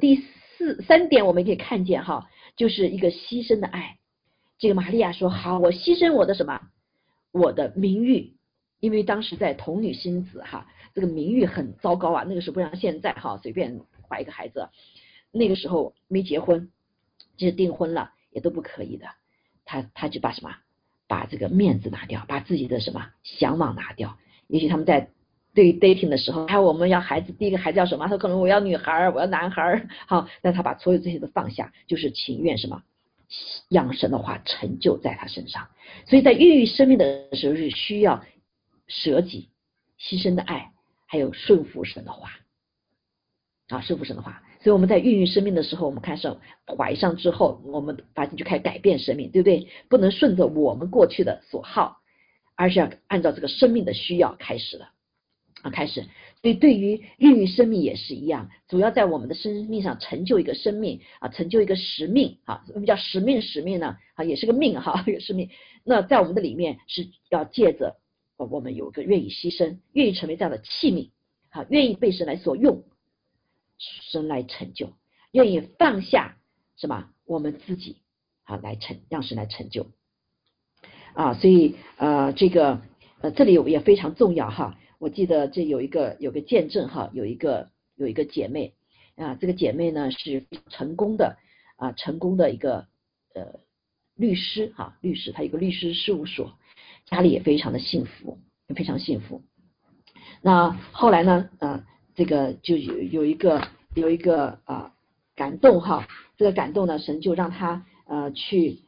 3点我们可以看见就是一个牺牲的爱。这个玛利亚说好，我牺牲我的什么？我的名誉，因为当时在童女心子这个名誉很糟糕那个时候不像现在随便怀一个孩子，那个时候没结婚，就是订婚了也都不可以的。他就把什么？把这个面子拿掉，把自己的什么向往拿掉。也许他们在对 dating 的时候，我们要孩子，第一个孩子要什么？他可能我要女孩，我要男孩，但他把所有这些都放下，就是情愿什么？让神的话成就在他身上。所以在孕育生命的时候是需要舍己、牺牲的爱，还有顺服神的话顺服神的话。所以我们在孕育生命的时候，我们看上怀上之后，我们发现就开始改变生命，对不对？不能顺着我们过去的所好，而是要按照这个生命的需要开始了开始。所以对于孕育生命也是一样，主要在我们的生命上成就一个生命成就一个使命什么叫使命呢也是个命一个使命。那在我们的里面是要借着我们有个愿意牺牲，愿意成为这样的器皿，好，愿意被神来所用，神来成就，愿意放下什么我们自己，好，让神来成就啊。所以这个这里也非常重要哈。我记得这有个见证哈，有一个姐妹啊，这个姐妹呢是成功的一个律师哈，她有个律师事务所，家里也非常的幸福，非常幸福。那后来呢这个就有一个感动哈，这个感动呢，神就让她去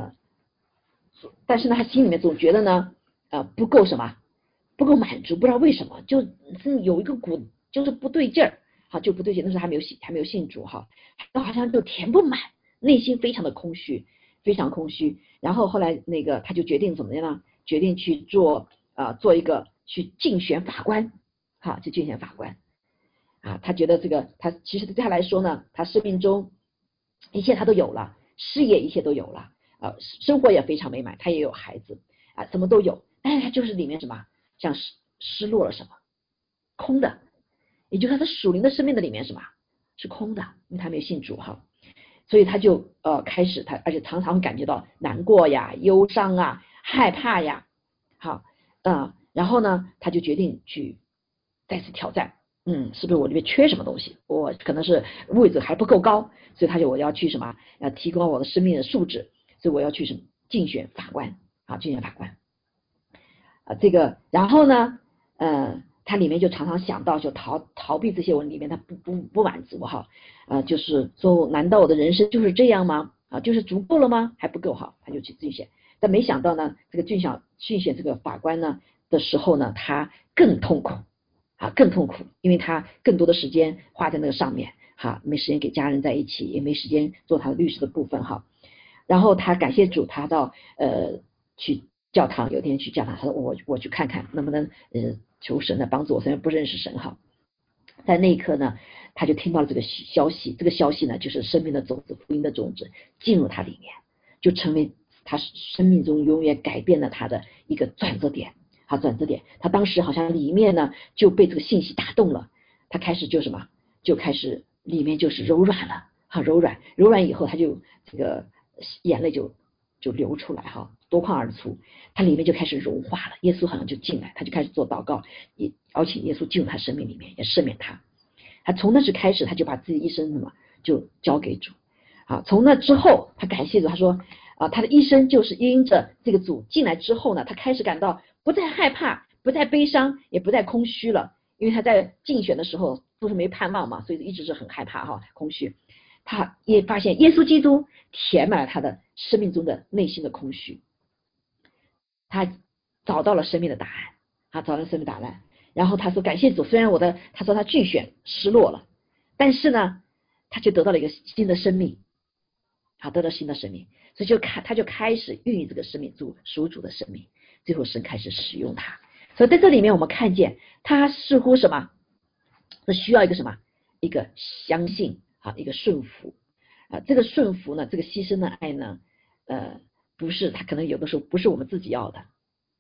但是呢她心里面总觉得呢不够什么，不够满足，不知道为什么，就是有一个就是不对劲儿，好，就不对劲，那时候还没有信主哈，那好像就填不满，内心非常的空虚，非常空虚。然后后来那个他就决定怎么样呢？决定去做一个去竞选法官，好，去竞选法官啊。他觉得这个他其实对他来说呢，他生命中一切他都有了，事业一切都有了生活也非常美满，他也有孩子什么都有，但是他就是里面什么像失落了什么，空的，也就是他的属灵的生命的里面什么是空的，因为他没有信主哈，所以他就开始而且常常会感觉到难过呀、忧伤啊、害怕呀，好然后呢，他就决定去再次挑战，是不是我里面缺什么东西？我可能是位置还不够高，所以我要去什么提高我的生命的素质，所以我要去什么竞选法官竞选法官这个，然后呢他里面就常常想到就逃避这些问题里面，他不满足哈就是说难道我的人生就是这样吗？就是足够了吗？还不够哈，他就去竞选，但没想到呢，这个竞选这个法官呢的时候呢，他更痛苦更痛苦，因为他更多的时间花在那个上面没时间给家人在一起，也没时间做他的律师的部分哈。然后他感谢主，他到去教堂，有一天去教堂，他说我去看看能不能求神的帮助我，虽然不认识神哈。在那一刻呢，他就听到了这个消息，这个消息呢就是生命的种子，福音的种子进入他里面，就成为他生命中永远改变了他的一个转折点转折点。他当时好像里面呢就被这个信息打动了，他开始就什么，就开始里面就是柔软了柔软以后他就这个眼泪就流出来夺眶而出，他里面就开始融化了，耶稣好像就进来，他就开始做祷告，也邀请耶稣进入他生命里面，也赦免他。他从那时开始，他就把自己一生什么就交给主从那之后他感谢主，他说他的一生就是因着这个主进来之后呢，他开始感到不再害怕，不再悲伤，也不再空虚了，因为他在竞选的时候都是没盼望嘛，所以一直是很害怕空虚。他也发现耶稣基督填满了他的生命中的内心的空虚，他找到了生命的答案找到了生命答案。然后他说感谢主，虽然他说他竞选失落了，但是呢他却得到了一个新的生命得到新的生命，所以他就开始孕育这个生命，属主的生命，最后神开始使用他。所以在这里面我们看见他似乎什么是需要一个什么，一个相信一个顺服这个顺服呢，这个牺牲的爱呢不是，他可能有的时候不是我们自己要的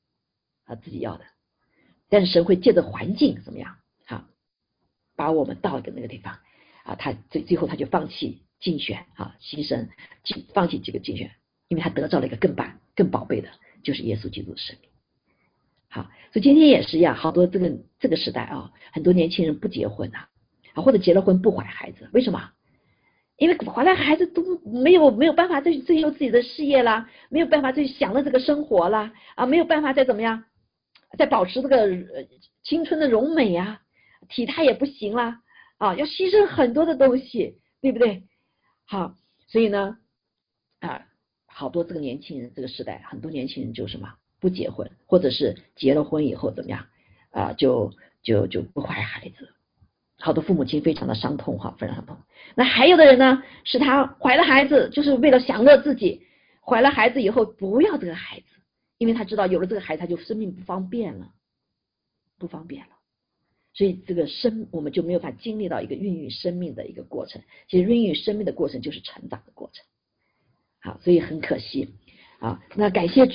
但是神会借着环境怎么样把我们到一个那个地方他最后他就放弃竞选牺牲放弃这个竞选，因为他得到了一个更宝贝的，就是耶稣基督的生命所以今天也是一样，好多这个时代很多年轻人不结婚或者结了婚不怀孩子，为什么？因为怀了孩子都没有办法再去追求自己的事业啦，没有办法再去享乐这个生活啦没有办法再怎么样，再保持这个青春的容美体态也不行啦要牺牲很多的东西，对不对？所以呢好多这个年轻人，这个时代很多年轻人就什么不结婚，或者是结了婚以后怎么样就不怀孩子，好多父母亲非常的伤痛非常伤痛。那还有的人呢，是他怀了孩子就是为了享乐自己，怀了孩子以后不要这个孩子，因为他知道有了这个孩子他就生命不方便了，所以这个我们就没有办法经历到一个孕育生命的一个过程。其实孕育生命的过程就是成长的过程所以很可惜那感谢主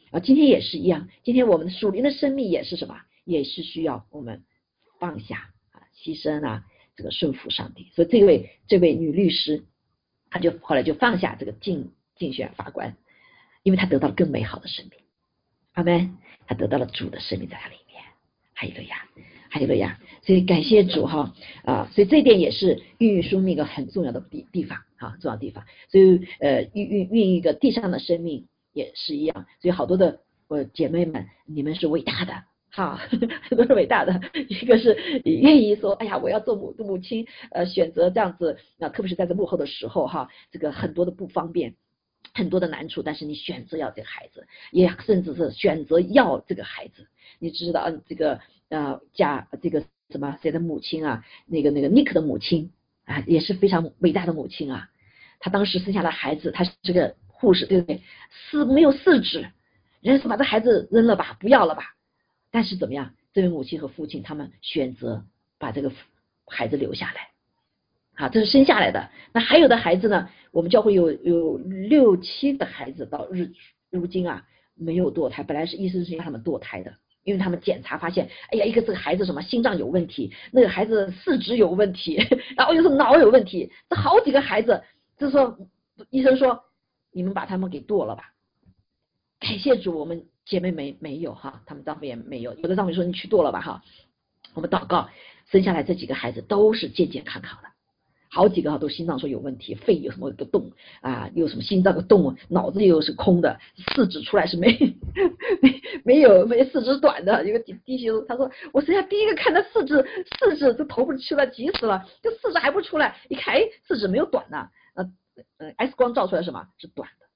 今天也是一样，今天我们属灵的生命也是什么？也是需要我们放下牺牲这个顺服上帝。所以这位女律师，她就后来就放下这个竞选法官，因为她得到了更美好的生命。阿们，她得到了主的生命在她里面。哈利路亚，哈利路亚。所以感谢主所以这一点也是孕育生命一个很重要的地方重要的地方。所以孕育一个地上的生命也是一样。所以好多的姐妹们，你们是伟大的。都是伟大的。一个是愿意说，哎呀，我要做母亲，选择这样子，特别是在这幕后的时候这个很多的不方便，很多的难处，但是你选择要这个孩子，也甚至是选择要这个孩子。你知道这个这个什么谁的母亲那个尼克的母亲也是非常伟大的母亲她当时生下的孩子，她是这个护士，对不对？没有四肢，人家说把这孩子扔了吧，不要了吧。但是怎么样？这位母亲和父亲他们选择把这个孩子留下来。这是生下来的。那还有的孩子呢？我们教会有6、7个孩子到如今没有堕胎，本来是医生是让他们堕胎的，因为他们检查发现，哎呀，一个这个孩子什么心脏有问题，那个孩子四肢有问题，然后又是脑有问题，这好几个孩子，就是说医生说你们把他们给堕了吧。感谢主，我们姐妹没有他们丈夫也没有，有的丈夫说你去堕了吧我们祷告，生下来这几个孩子都是健健康康的，好几个都心脏说有问题，肺有什么个洞有什么心脏的洞，脑子又是空的，四肢出来是没四肢短的。有个弟兄他说，我生下第一个看到四肢这头部出来急死了，这四肢还不出来，一看四肢没有短X 光照出来什么是短的。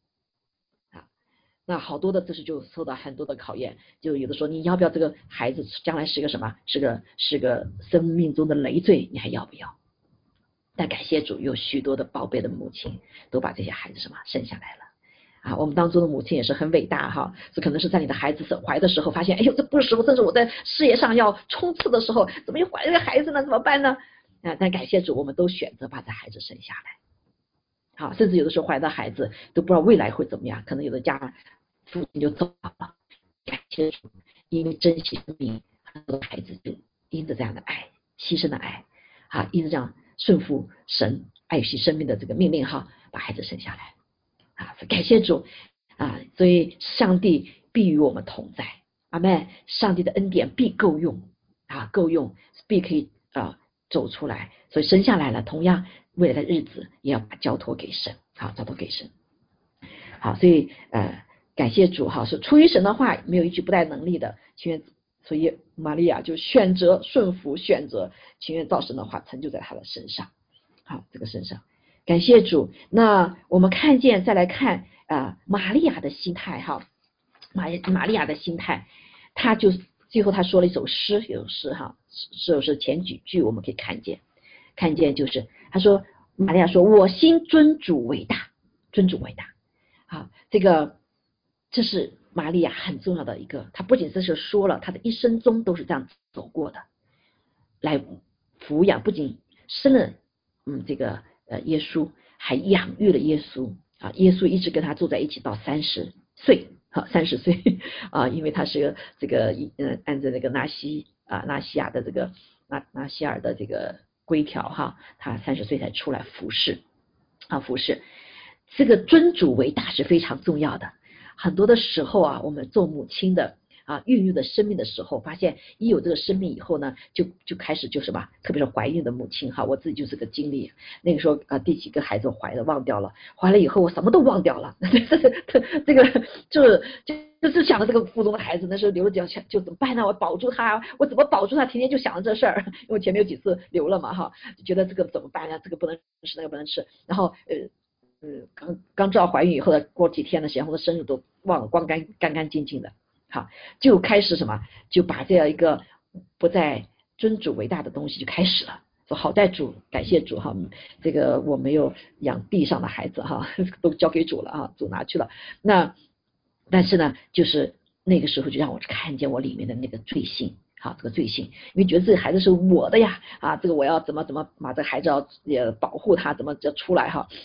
那好多的这是就受到很多的考验，就有的说你要不要这个孩子将来是个什么，是个生命中的累赘，你还要不要？但感谢主，有许多的宝贝的母亲都把这些孩子什么生下来了我们当中的母亲也是很伟大这可能是在你的孩子怀的时候发现，哎呦这不是时候，甚至我在事业上要冲刺的时候，怎么又怀了个孩子呢？怎么办呢？但感谢主，我们都选择把这孩子生下来甚至有的时候怀的孩子都不知道未来会怎么样，可能有的家父亲就走了，感谢主，因为珍惜生命，很多孩子就因着这样的爱，牺牲的爱因着这样顺服神爱惜生命的这个命令把孩子生下来感谢主所以上帝必与我们同在，阿们。上帝的恩典必够用够用，必可以走出来，所以生下来了，同样未来的日子也要把交托给神交托给神所以感谢主是出于神的话，没有一句不带能力的，所以玛利亚就选择顺服，选择情愿照神的话成就在她的身上这个身上。感谢主。那我们再来看玛利亚的心态玛利亚的心态，她就最后她说了一首诗，这是前几句我们可以看见就是她说，玛利亚说，我心尊主为大，尊主为大这是玛利亚很重要的一个，她不仅这是说了，她的一生中都是这样走过的，来抚养，不仅生了这个耶稣，还养育了耶稣耶稣一直跟他住在一起到30岁30岁因为他是这个按照那个纳西亚的这个纳西尔的这个规条他30岁才出来服侍服侍。这个尊主为大是非常重要的。很多的时候我们做母亲的孕育的生命的时候，发现一有这个生命以后呢，就开始就什么，特别是怀孕的母亲我自己就是个经历。那个时候第几个孩子怀了忘掉了，怀了以后我什么都忘掉了这个就是想着这个腹中的孩子，那时候流着就怎么办呢？我保住他，我怎么保住他？天天就想着这事儿，因为前面有几次流了嘛就觉得这个怎么办呀？这个不能吃，那个不能吃，然后刚知道怀孕以后的过几天的时间，我的生日都忘了，干干净净的就开始什么，就把这样一个不再尊主为大的东西就开始了。说好在主，感谢主这个我没有养地上的孩子都交给主了主拿去了。但是呢，就是那个时候就让我看见我里面的那个罪性这个罪性，因为觉得这个孩子是我的呀这个我要怎么把这个孩子要保护他，怎么就出来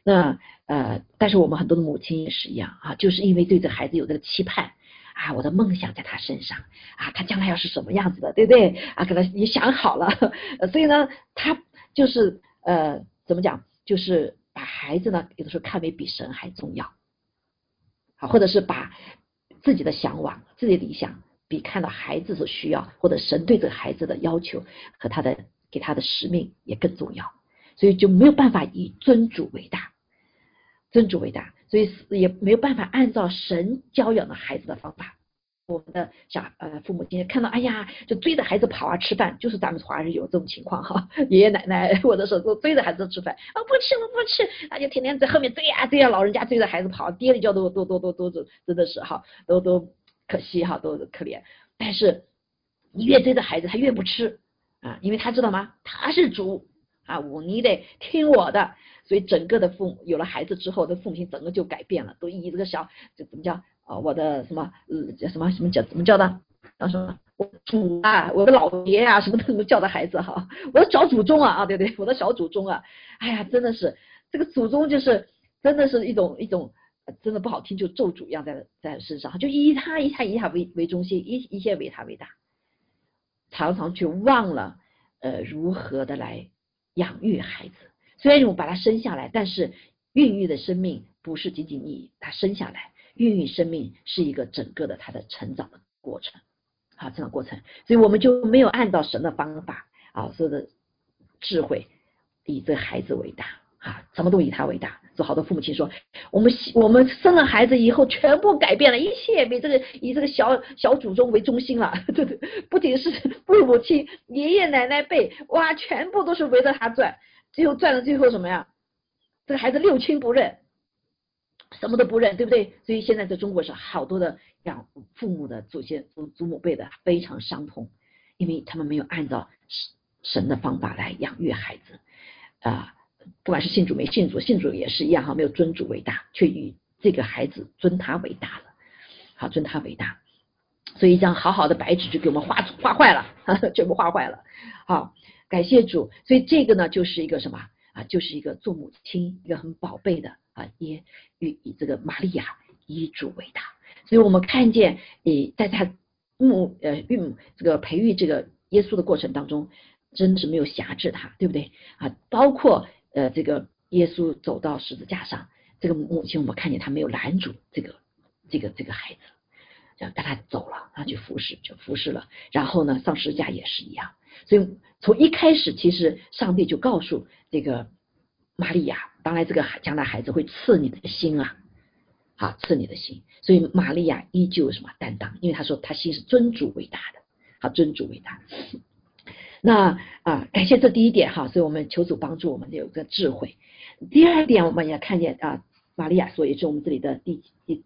那但是我们很多的母亲也是一样啊，就是因为对这个孩子有这个期盼啊，我的梦想在他身上啊，他将来要是什么样子的，对不对啊？给他也想好了，所以呢，他就是怎么讲，就是把孩子呢有的时候看为比神还重要，好，或者是把自己的向往、自己的理想比看到孩子所需要，或者神对这个孩子的要求和他的给他的使命也更重要，所以就没有办法以尊主为大，尊主为大，所以也没有办法按照神教养的孩子的方法。我们的父母今天看到，哎呀，就追着孩子跑啊吃饭，就是咱们华人有这种情况哈，爷爷奶奶或者是都追着孩子吃饭啊，不吃我不吃，啊就天天在后面追啊追啊，老人家追着孩子跑，跌了一跤都真的是哈，都可惜哈，都可怜。但是你越追着孩子，他越不吃啊，因为他知道吗？他是主啊，你得听我的。所以整个的父母有了孩子之后，这父母亲整个就改变了，都以这个这怎么叫我的什么什么叫怎么叫的什么我主啊，我的老爷啊，什么都叫的孩子哈，我的小祖宗啊，对不对？我的小祖宗啊，哎呀，真的是这个祖宗就是真的是一种真的不好听，就咒诅一样在身上，就以他为中心，一切为他为大，常常却忘了如何的来养育孩子。虽然我把他生下来，但是孕育的生命不是仅仅你他生下来，孕育生命是一个整个的他的成长的过程，啊，成长过程，所以我们就没有按照神的方法啊，所有的智慧以这个孩子为大啊，什么都以他为大。所以好多父母亲说，我们生了孩子以后，全部改变了，一切以这个小祖宗为中心了，对对，不仅是父母亲、爷爷奶奶辈，哇，全部都是围着他转。最后转到最后什么呀？这个孩子六亲不认，什么都不认，对不对？所以现在在中国是好多的养父母的祖母辈的非常伤痛，因为他们没有按照神的方法来养育孩子啊、不管是信主没信主，信主也是一样哈，没有尊主为大，却以这个孩子尊他为大了，好，尊他为大，所以这样好好的白纸就给我们画坏了，全部画坏了，好。感谢主，所以这个呢，就是一个什么啊？就是一个做母亲一个很宝贝的啊，以这个玛利亚以主为大，所以我们看见在他这个培育这个耶稣的过程当中，真是没有辖制他，对不对啊？包括这个耶稣走到十字架上，这个母亲我们看见他没有拦阻这个孩子。让他走了，他去服侍了，然后呢，上十字架也是一样。所以从一开始，其实上帝就告诉这个玛利亚，当然这个将来孩子会赐你的心啊，好，赐你的心。所以玛利亚依旧什么担当，因为他说他心是尊主为大的，好，尊主为大。那感谢这第一点哈，所以我们求主帮助我们有个智慧。第二点，我们也看见玛利亚说，也是我们这里的第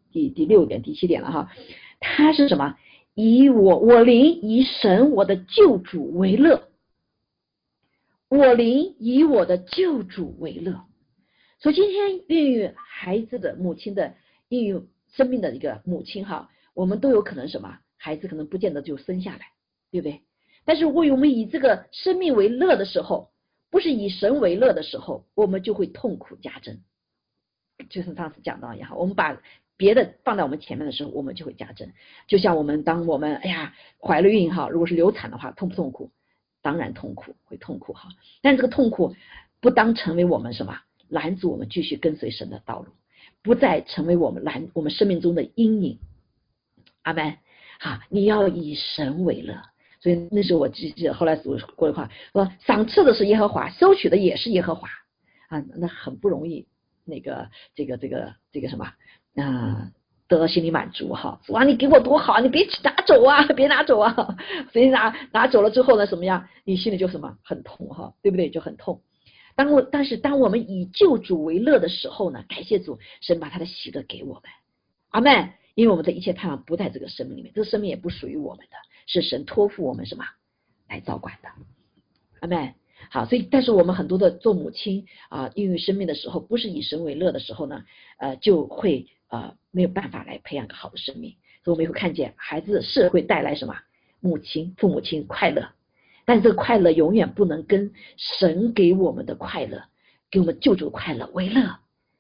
6点、第7点了哈。他是什么？以我灵以神我的救主为乐，我灵以我的救主为乐。所以今天孕育孩子的母亲的孕育生命的一个母亲哈，我们都有可能什么？孩子可能不见得就生下来，对不对？但是如果我们以这个生命为乐的时候，不是以神为乐的时候，我们就会痛苦加增。就是上次讲到一样，我们把别的放在我们前面的时候，我们就会加增。就像当我们怀了孕哈，如果是流产的话，痛不痛苦？当然痛苦，会痛苦哈。但这个痛苦不当成为我们什么拦阻我们继续跟随神的道路，不再成为我们生命中的阴影。阿们。好，你要以神为乐。所以那时候我记得后来所过的话说，赏赐的是耶和华，收取的也是耶和华啊，那很不容易。这个什么得到心里满足哈，哇，你给我多好，你别拿走啊，别拿走啊，所以拿走了之后呢，什么样，你心里就什么很痛哈，对不对？就很痛。但是当我们以救主为乐的时候呢，感谢主，神把他的喜乐给我们，阿们。因为我们的一切盼望不在这个生命里面，这个生命也不属于我们的，是神托付我们什么来照管的，阿们。好，所以但是我们很多的做母亲孕育生命的时候，不是以神为乐的时候呢，就会没有办法来培养个好的生命。所以我们会看见孩子是会带来什么父母亲快乐，但是这个快乐永远不能跟神给我们的快乐，给我们救主的快乐为乐。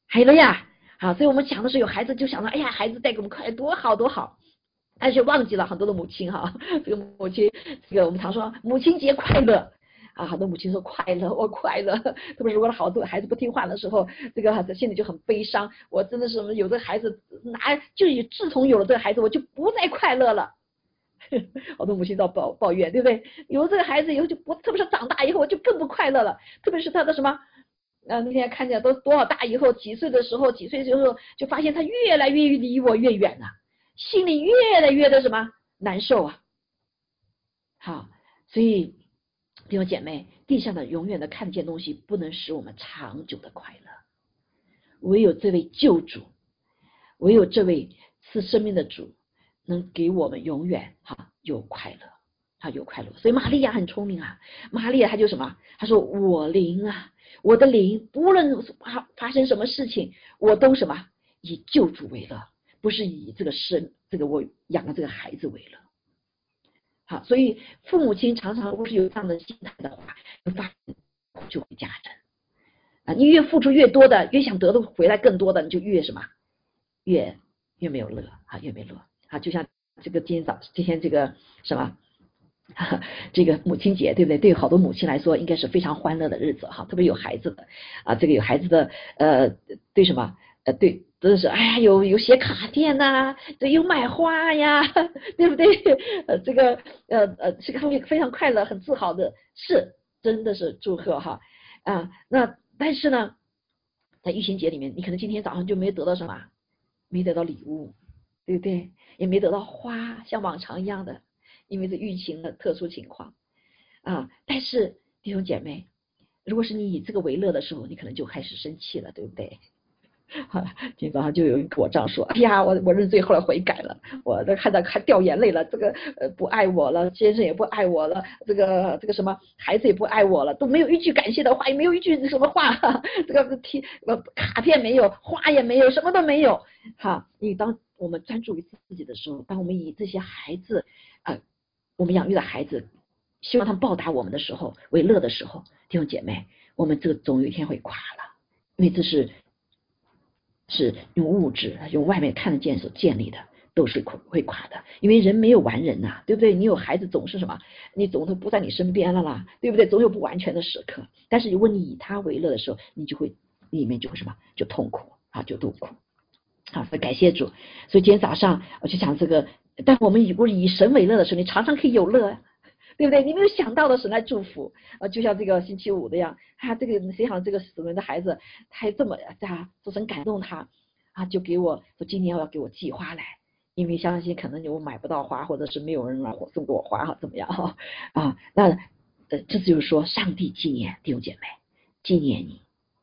还有了呀，好，所以我们想的是有孩子就想到，哎呀，孩子带给我们快乐多好多好，但是忘记了很多的母亲哈，这个母亲，这个我们常说母亲节快乐啊，很多母亲说快乐，我快乐，特别是如果好多孩子不听话的时候，这个心里就很悲伤，我真的是有这个孩子自从有了这个孩子，我就不再快乐了。好多母亲在抱怨，对不对？有了这个孩子以后就不，特别是长大以后我就更不快乐了，特别是他的什么。那天看见都多少大以后，几岁的时候就发现他越来越离我越远了，心里越来越的什么难受啊。好，所以弟兄姐妹，地上的永远的看见东西不能使我们长久的快乐，唯有这位救主，唯有这位赐生命的主能给我们永远有快乐，有快乐。所以玛利亚很聪明啊，玛利亚她就什么？她说我灵啊，我的灵不论发生什么事情，我都什么以救主为乐，不是以这个我养的这个孩子为乐。好，所以父母亲常常不是有这样的心态的话，就会加深啊。你越付出越多的，越想得到回来更多的，你就越什么，越没有乐啊，越没乐啊。就像这个今天这个什么。这个母亲节对不对？对于好多母亲来说，应该是非常欢乐的日子哈，特别有孩子的啊，这个有孩子的对什么对，真的是哎呀，有写卡片呐，对，有买花呀，对不对？这个是个非常快乐、很自豪的事，真的是祝贺哈啊。那但是呢，在育婴节里面，你可能今天早上就没得到什么，没得到礼物，对不对？也没得到花，像往常一样的。因为是疫情的特殊情况啊，但是弟兄姐妹，如果是你以这个为乐的时候，你可能就开始生气了，对不对？今天早上就有人跟我这样说，哎呀，我认罪，后来悔改了，我都看到还掉眼泪了，这个不爱我了，先生也不爱我了，这个什么孩子也不爱我了，都没有一句感谢的话，也没有一句什么话，这个卡片没有，花也没有，什么都没有。哈，你当我们专注于自己的时候，当我们以这些孩子我们养育的孩子，希望他们报答我们的时候为乐的时候，弟兄姐妹，我们这个总有一天会垮了，因为这是用物质、用外面看得见所建立的，都是会垮的。因为人没有完人呐，对不对？你有孩子总是什么？你总是不在你身边了啦，对不对？总有不完全的时刻。但是如果你以他为乐的时候，你就会里面就会什么？就痛苦啊，就痛苦。好，所以感谢主。所以今天早上我就讲这个，但我们如果以神为乐的时候，你常常可以有乐，对不对？你没有想到的神来祝福就像这个星期五的样这个谁想这个死人的孩子，他还这么说神感动他就给我说今年要给我寄花来，因为相信可能我买不到花，或者是没有人来送给我花怎么样那这就是说上帝纪念弟兄姐妹，纪念你，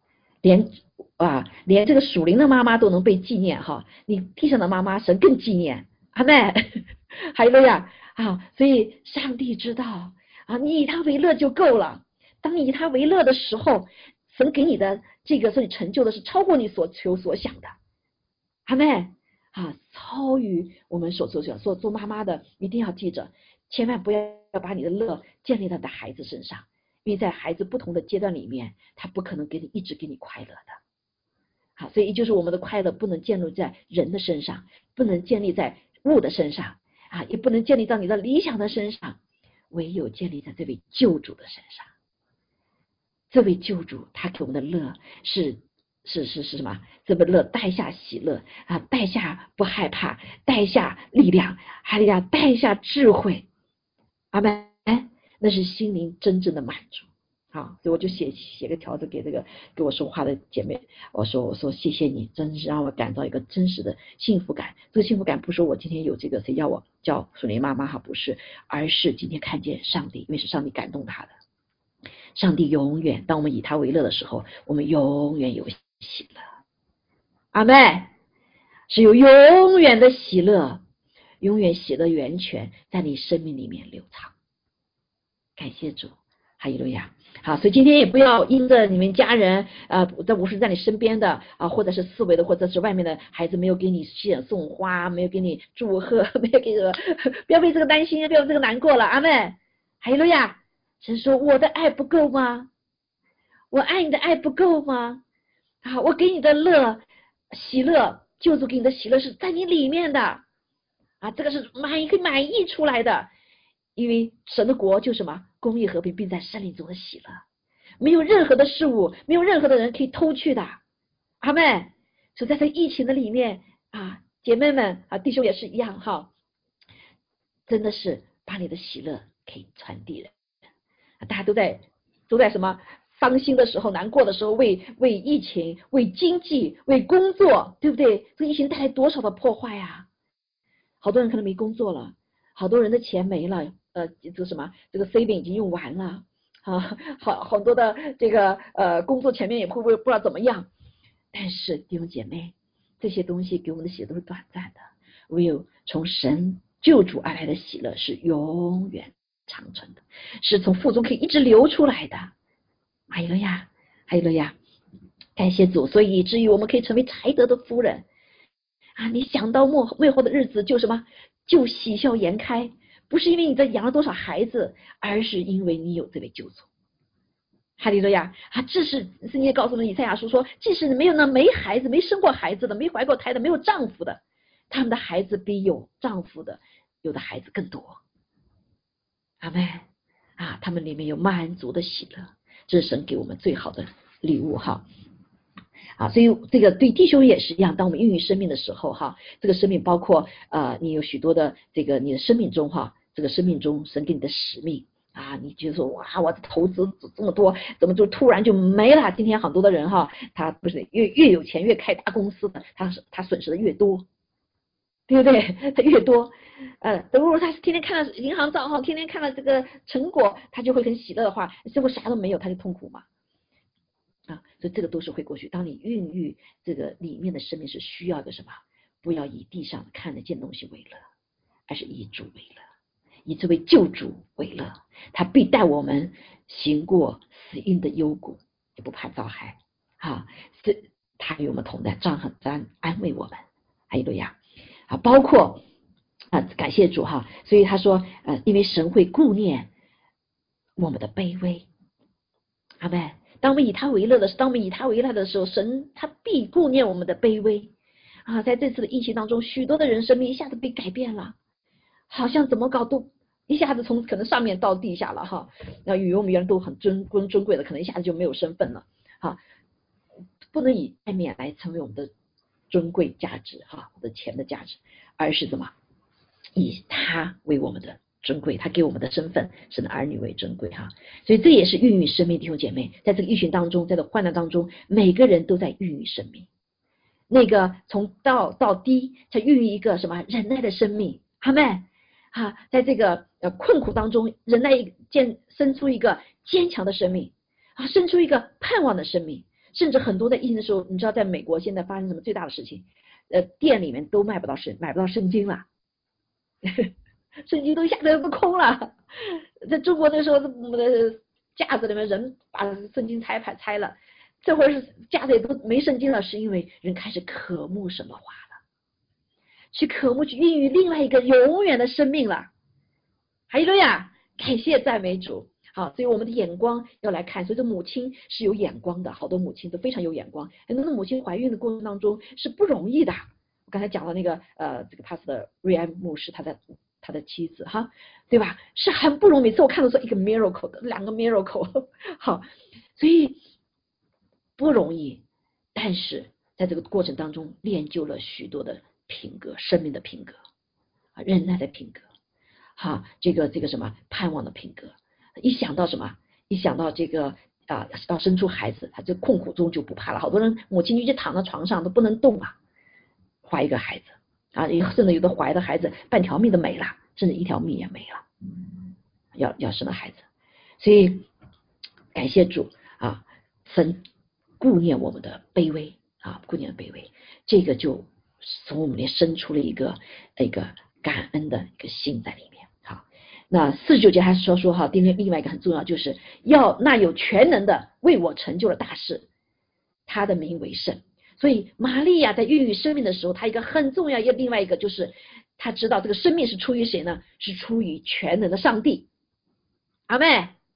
连这个属灵的妈妈都能被纪念你地上的妈妈神更纪念，阿们，还有呀所以上帝知道你以他为乐就够了。当你以他为乐的时候，神给你的这个所以成就的是超过你所求所想的，阿们超于我们所想。所做妈妈的一定要记着，千万不要把你的乐建立在你的孩子身上，因为在孩子不同的阶段里面，他不可能一直给你快乐的。所以也就是我们的快乐不能建立在人的身上，不能建立在物的身上也不能建立到你的理想的身上，唯有建立在这位救主的身上。这位救主他给我们的乐是什么？这个乐带下喜乐带下不害怕，带下力量，还有带下智慧，阿们，那是心灵真正的满足。所以我就写个条子给给我说话的姐妹，我说谢谢你，真是让我感到一个真实的幸福感。这个幸福感不是我今天有这个谁要我叫属灵妈妈不是，而是今天看见上帝，因为是上帝感动他的。上帝永远，当我们以他为乐的时候，我们永远有喜乐。阿们，是有永远的喜乐，永远喜乐源泉在你生命里面流淌。感谢主，哈利路亚。好，所以今天也不要因着你们家人这不是在你身边的或者是思维的，或者是外面的孩子没有给你送花，没有给你祝贺，没有给不要为这个担心，不要为这个难过了。阿们，哈利路亚。神说我的爱不够吗？我爱你的爱不够吗？ 啊，我给你的喜乐，救主给你的喜乐是在你里面的啊，这个是可以满溢出来的，因为神的国就是什么？公义和平，并在圣灵中的喜乐，没有任何的事物，没有任何的人可以偷去的。阿们。所以在这疫情的里面啊，姐妹们啊，弟兄也是一样哈，真的是把你的喜乐可以传递的。大家都在什么伤心的时候、难过的时候，为疫情、为经济、为工作，对不对？这疫情带来多少的破坏啊！好多人可能没工作了，好多人的钱没了，这个什么，这个 saving 已经用完了啊，好多的这个工作前面也会不知道怎么样。但是弟兄姐妹，这些东西给我们的喜乐都是短暂的，唯有从神救主而来的喜乐是永远长存的，是从腹中可以一直流出来的。哈利路亚，哈利路亚，感谢主。所以以至于我们可以成为才德的夫人啊！你想到末后的日子就什么，就喜笑颜开，不是因为你在养了多少孩子，而是因为你有这位救主。哈利路亚啊！这是圣经告诉我们以赛亚书说，即使没孩子、没生过孩子的、没怀过胎的、没有丈夫的，他们的孩子比有丈夫的有的孩子更多。阿们啊！他们里面有满足的喜乐，这是神给我们最好的礼物哈。啊，所以这个对弟兄也是一样，当我们孕育生命的时候哈，这个生命包括你有许多的这个你的生命中哈，这个生命中神给你的使命啊，你觉得说哇，我的投资这么多，怎么就突然就没了？今天很多的人哈，他不是越有钱越开大公司的，他损失的越多，对不对？他越多，如果他天天看到银行账号，天天看到这个成果，他就会很喜乐的话，结果啥都没有，他就痛苦嘛。啊，所以这个都是会过去。当你孕育这个里面的生命是需要一个什么？不要以地上看得见东西为乐，而是以主为乐，以这位救主为乐。他必带我们行过死荫的幽谷，也不怕遭害。啊，他与我们同在，安慰我们。哈利路亚啊，包括感谢主哈。所以他说因为神会顾念我们的卑微。阿们。当我们以他为乐的时候，神他必顾念我们的卑微啊！在这次的疫情当中，许多的人生命一下子被改变了，好像怎么搞都一下子从可能上面到地下了哈。那与我们原来都很尊贵的，可能一下子就没有身份了哈。不能以外面来成为我们的尊贵价值哈，我的钱的价值，而是怎么以他为我们的尊贵，他给我们的身份是儿女为尊贵哈。所以这也是孕育生命，弟兄姐妹，在这个疫情当中，在这个患难当中，每个人都在孕育生命。那个从到低，才孕育一个什么忍耐的生命，阿们啊，在这个困苦当中，忍耐生出一个坚强的生命啊，生出一个盼望的生命。甚至很多在疫情的时候，你知道在美国现在发生什么最大的事情？店里面都买不到圣经了。圣经都一下子都空了，在中国那时候，我们的架子里面人把圣经拆了，这会儿是架子也都没圣经了，是因为人开始渴慕什么话了，去渴慕去孕育另外一个永远的生命了。哈利路亚，感谢赞美主。好，所以我们的眼光要来看，所以这母亲是有眼光的，好多母亲都非常有眼光。很多的母亲怀孕的过程当中是不容易的。我刚才讲了那个这个他是的瑞安牧师，他的妻子哈，对吧？是很不容易。每次我看到说一个 miracle 的，两个 miracle， 好，所以不容易。但是在这个过程当中，练就了许多的品格，生命的品格啊，忍耐的品格，哈，这个什么盼望的品格。一想到什么？一想到这个要生出孩子，他这困苦中就不怕了。好多人母亲就躺在床上都不能动啊，怀一个孩子啊，甚至有的怀的孩子半条命都没了，甚至一条命也没了，要生了孩子。所以感谢主啊，神顾念我们的卑微啊，顾念卑微，这个就从我们里生出了一个感恩的一个心在里面。那49节还是说哈，另外一个很重要，就是那有全能的为我成就了大事，他的名为圣。所以玛利亚在孕育生命的时候，她一个很重要另外一个就是她知道这个生命是出于谁呢？是出于全能的上帝。阿们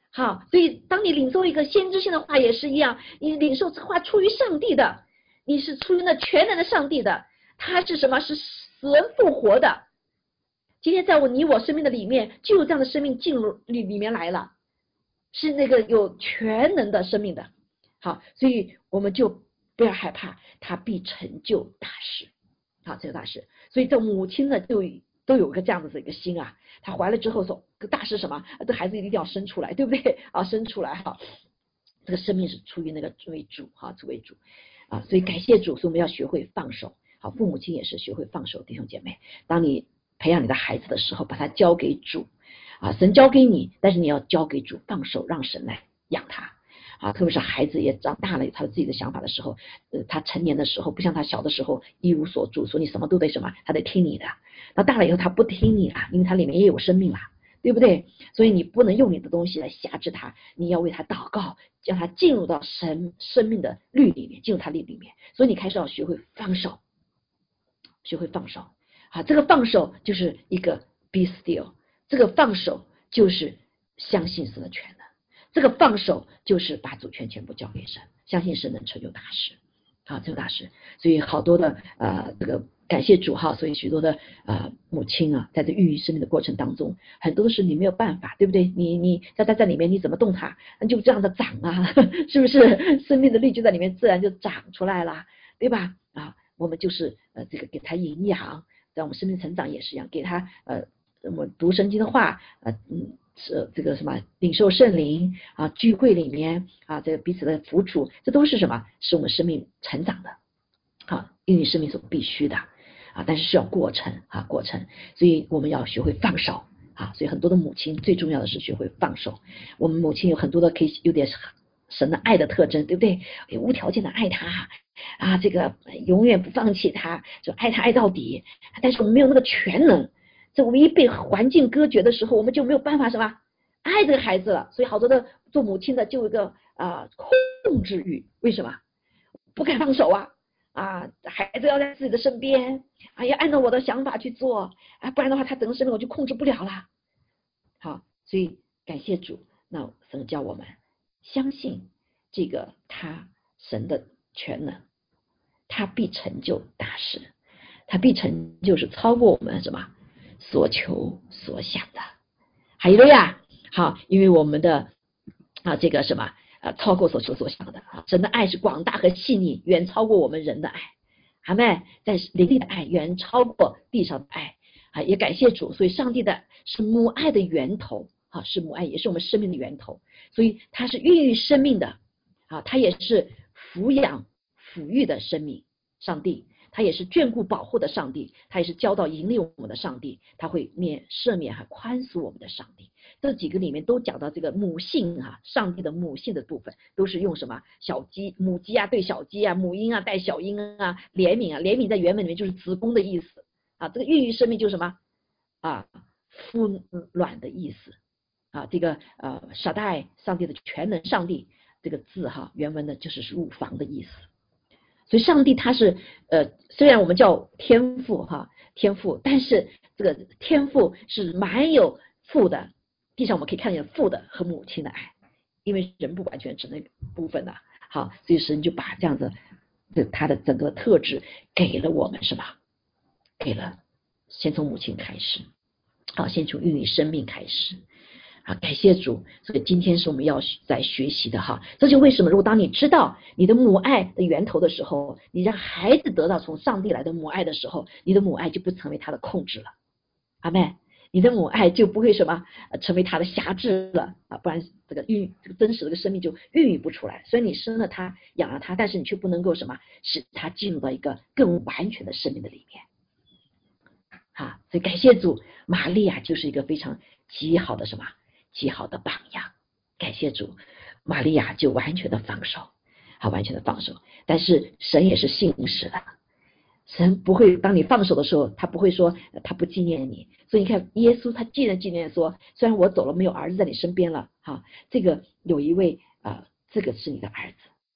好，所以当你领受一个先知性的话也是一样，你领受这话出于上帝的，你是出于那全能的上帝的，他是什么？是死人复活的。今天在你我生命的里面，就有这样的生命进入里面来了，是那个有全能的生命的。好，所以我们就不要害怕，他必成就大事。好，成就大事。所以这母亲呢，都有个这样子的一个心啊，她怀了之后说，这大事什么？这孩子一定要生出来，对不对？啊，生出来哈，这个生命是出于那个为主哈，主为主啊，所以感谢主，所以我们要学会放手。好，父母亲也是学会放手，弟兄姐妹，当你培养你的孩子的时候，把他交给主啊，神交给你，但是你要交给主，放手让神来养他啊。特别是孩子也长大了，有他自己的想法的时候，他成年的时候，不像他小的时候一无所住，说你什么都得什么，他得听你的。那大了以后他不听你了，因为他里面也有生命了，对不对？所以你不能用你的东西来辖制他，你要为他祷告，让他进入到神生命的律里面，进入他律里面。所以你开始要学会放手，学会放手。好，这个放手就是一个 be still， 这个放手就是相信神的全能，这个放手就是把主权全部交给神，相信神能成就大事。好，成就大事。所以好多的这个感谢主哈，所以许多的母亲啊，在这孕育生命的过程当中，很多的事你没有办法，对不对？你在里面你怎么动它？就这样的长啊，是不是？生命的力就在里面自然就长出来了，对吧？啊，我们就是这个给它营养。在我们生命成长也是一样，给他我们读圣经的话，这个什么领受圣灵啊，聚会里面啊，这个彼此的辅助，这都是什么？是我们生命成长的啊，孕育生命所必须的啊，但是需要过程啊，过程，所以我们要学会放手啊，所以很多的母亲最重要的是学会放手。我们母亲有很多的可以有点神的爱的特征，对不对？无条件的爱他啊，这个永远不放弃他，就爱他爱到底。但是我们没有那个全能，这我们一被环境割绝的时候，我们就没有办法什么爱这个孩子了。所以好多的做母亲的就有一个控制欲，为什么？不敢放手啊，孩子要在自己的身边啊，要按照我的想法去做啊，不然的话他整个生命我就控制不了了。好，所以感谢主，那神教我们相信这个他神的全能，他必成就大事，他必成就是超过我们什么所求所想的。哈利路亚！好，因为我们的这个什么超过所求所想的神的爱是广大和细腻，远超过我们人的爱。阿们，在灵里的爱远超过地上的爱啊！也感谢主，所以上帝的是母爱的源头啊，是母爱，也是我们生命的源头，所以它是孕育生命的啊，它也是抚养抚育的生命。上帝他也是眷顾保护的上帝，他也是教导引领我们的上帝，他会赦免和宽恕我们的上帝。这几个里面都讲到这个母性上帝的母性的部分都是用什么小鸡母鸡对小鸡母鹰带小鹰怜悯怜悯在原文里面就是子宫的意思这个孕育生命就是什么孵卵的意思这个撒代上帝的全能上帝这个字原文的就是乳房的意思。所以上帝他是虽然我们叫天父天父，但是这个天父是蛮有父的，地上我们可以看见父的和母亲的爱，因为人不完全是那个部分的好，所以神就把这样子他的整个特质给了我们什么？给了先从母亲开始先从孕育生命开始感谢主，所以今天是我们要在学习的这就为什么如果当你知道你的母爱的源头的时候，你让孩子得到从上帝来的母爱的时候，你的母爱就不成为他的控制了。阿们，你的母爱就不会什么成为他的辖制了不然这个真实的生命就孕育不出来。所以你生了他养了他，但是你却不能够什么使他进入到一个更完全的生命的里面所以感谢主，玛利亚就是一个非常极好的什么极好的榜样。感谢主，玛利亚就完全的放手完全的放手。但是神也是信实的，神不会当你放手的时候他不会说他不纪念你。所以你看耶稣他纪念说，虽然我走了没有儿子在你身边了这个有一位这个是你的儿子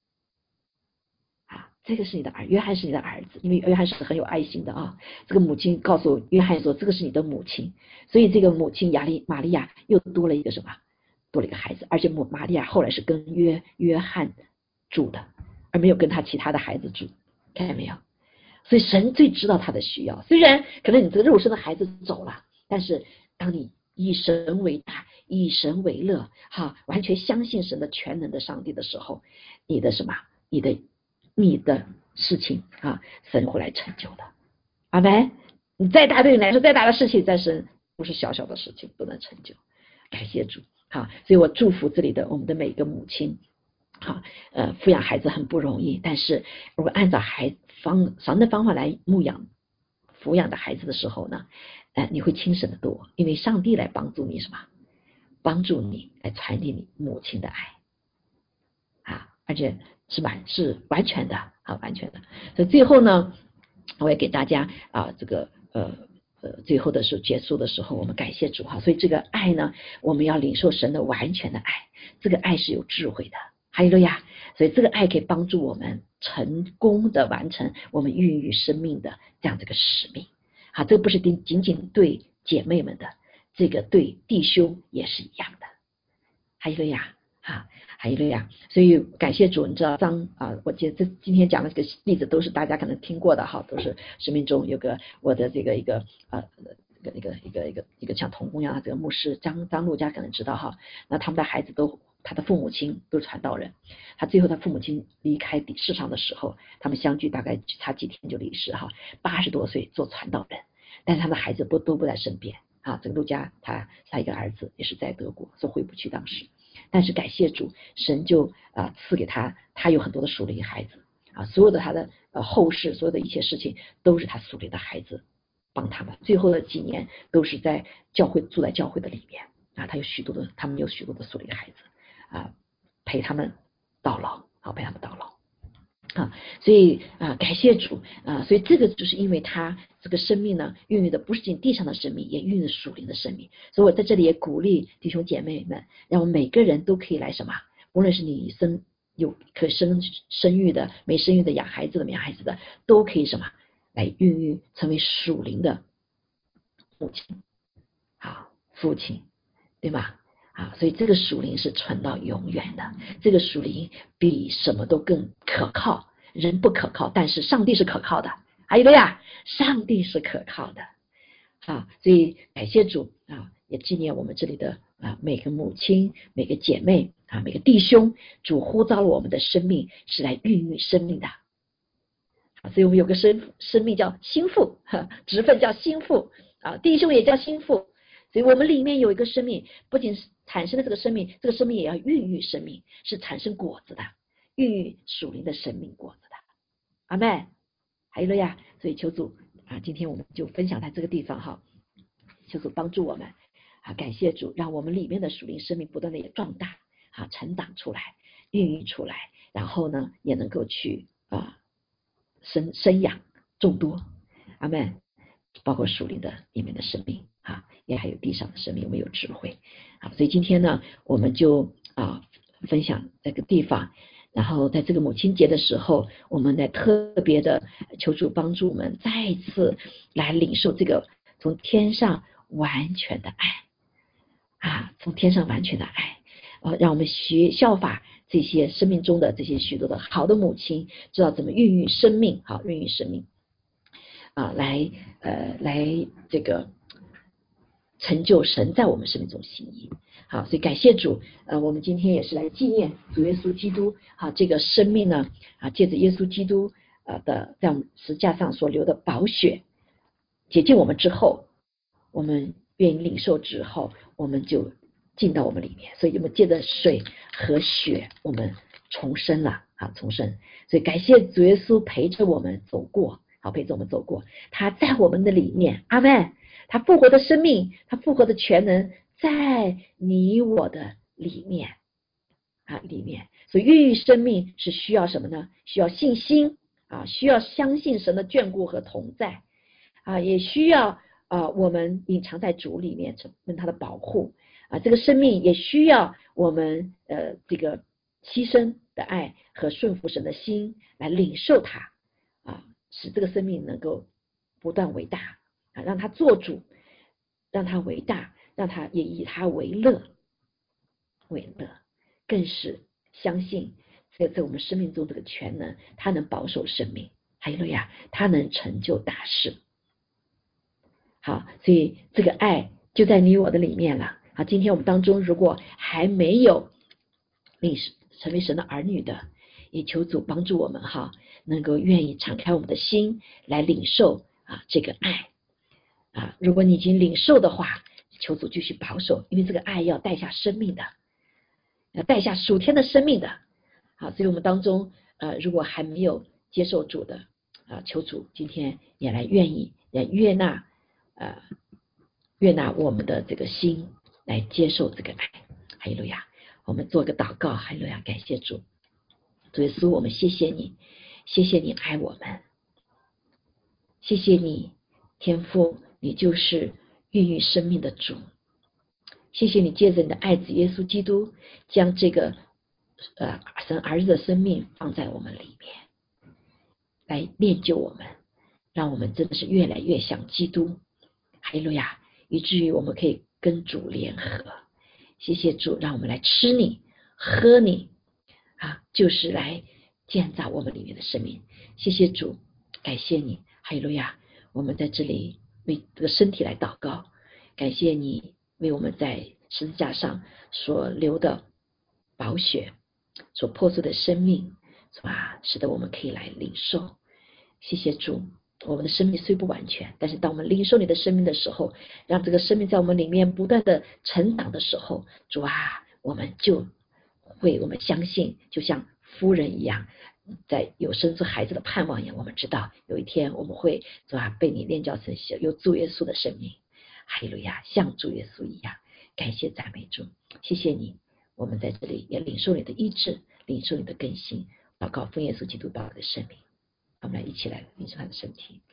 这个是你的约翰是你的儿子，因为约翰是很有爱心的这个母亲告诉约翰说这个是你的母亲，所以这个母亲玛利亚又多了一个什么多了一个孩子，而且玛利亚后来是跟约翰住的，而没有跟他其他的孩子住，看见没有？所以神最知道他的需要。虽然可能你这个肉身的孩子走了，但是当你以神为大，以神为乐，完全相信神的全能的上帝的时候，你的什么？你的事情神会来成就的。阿们。你再大，对你来说再大的事情，在神不是小小的事情都能成就。感谢主。所以我祝福这里的我们的每一个母亲。抚养孩子很不容易，但是如果按照神的方法来抚养的孩子的时候呢，你会轻省得多，因为上帝来帮助你什么？帮助你来传递你母亲的爱而且是完全的完全的。所以最后呢，我也给大家这个最后的时候结束的时候，我们感谢主所以这个爱呢，我们要领受神的完全的爱，这个爱是有智慧的，哈利路亚。所以这个爱可以帮助我们成功的完成我们孕育生命的这样这个使命这不是仅仅对姐妹们的，这个对弟兄也是一样的，哈利路亚哈利路亚。所以感谢主，你知道我记得今天讲的这个例子都是大家可能听过的都是生命中有个我的这个一个像童工一样这个牧师张路家可能知道那他们的孩子他的父母亲都是传道人，最后他父母亲离开世上的时候，他们相距大概差几天就离世80多岁做传道人，但是他们的孩子都不在身边这个路家他一个儿子也是在德国，所以回不去当时。但是感谢主，神就赐给他有很多的属灵孩子所有的他的后世，所有的一切事情都是他属灵的孩子帮他们。最后的几年都是在教会住在教会的里面他们有许多的属灵孩子陪他们到老陪他们到老所以感谢主所以这个就是因为他这个生命呢，孕育的不是仅地上的生命，也孕育属灵的生命。所以我在这里也鼓励弟兄姐妹们，让我们每个人都可以来什么？无论是你有可生育的、没生育的、养孩子的、没养孩子的，都可以什么来孕育成为属灵的母亲父亲，对吗？所以这个属灵是存到永远的，这个属灵比什么都更可靠。人不可靠，但是上帝是可靠的，还有一个上帝是可靠的所以感谢主也纪念我们这里的每个母亲、每个姐妹每个弟兄，主呼召了我们的生命是来孕育生命的所以我们有个生命叫心腹职分叫心腹弟兄也叫心腹。所以我们里面有一个生命，不仅是产生了这个生命，这个生命也要孕育生命，是产生果子的，孕育属灵的生命果子的。阿们，还有了呀。所以求主今天我们就分享在这个地方求主帮助我们感谢主，让我们里面的属灵生命不断的也壮大成长出来，孕育出来，然后呢也能够去生养众多。阿们，包括属灵的里面的生命也还有地上的生命，我们有智慧所以今天呢我们就分享这个地方。然后在这个母亲节的时候，我们来特别的求主帮助我们再一次来领受这个从天上完全的爱从天上完全的爱让我们效法这些生命中的这些许多的好的母亲，知道怎么孕育生命孕育生命来这个成就神在我们生命中心意所以感谢主我们今天也是来纪念主耶稣基督这个生命呢借着耶稣基督的在我们十字架上所流的宝血洁净我们之后，我们愿意领受之后，我们就进到我们里面，所以我们借着水和血我们重生了重生。所以感谢主耶稣陪着我们走过陪着我们走过，他在我们的里面，阿们，他复活的生命，他复活的全能在你我的里面里面。所以孕育生命是需要什么呢？需要信心需要相信神的眷顾和同在也需要我们隐藏在主里面，成为他的保护这个生命也需要我们这个牺牲的爱和顺服神的心来领受它使这个生命能够不断伟大让他做主，让他伟大，让他也以他为乐。 为乐，更是相信在我们生命中这个全能，他能保守生命，哈利路亚，他能成就大事。好，所以这个爱就在你我的里面了。好，今天我们当中如果还没有成为神的儿女的，也求主帮助我们能够愿意敞开我们的心来领受这个爱如果你已经领受的话，求主继续保守，因为这个爱要带下生命的，要带下属天的生命的。好，所以我们当中如果还没有接受主的求主今天也来愿意来悦纳我们的这个心来接受这个爱。哈利路亚，我们做个祷告。哈利路亚，感谢主。主耶稣，我们谢谢你，谢谢你爱我们，谢谢你天父，你就是孕育生命的主。谢谢你借着你的爱子耶稣基督，将这个神儿子的生命放在我们里面，来练就我们，让我们真的是越来越像基督。哈利路亚，以至于我们可以跟主联合。谢谢主，让我们来吃你喝你就是来建造我们里面的生命。谢谢主，感谢你。哈利路亚，我们在这里为这个身体来祷告，感谢你为我们在十字架上所流的宝血，所破碎的生命，使得我们可以来领受。谢谢主，我们的生命虽不完全，但是当我们领受你的生命的时候，让这个生命在我们里面不断的成长的时候，主我们相信，就像夫人一样，在有生出孩子的盼望一样，我们知道有一天我们会被你炼教成有主耶稣的生命。哈利路亚，像主耶稣一样。感谢赞美主，谢谢你，我们在这里也领受你的医治，领受你的更新。祷告奉耶稣基督宝贵的生命，我们一起来领受他的身体。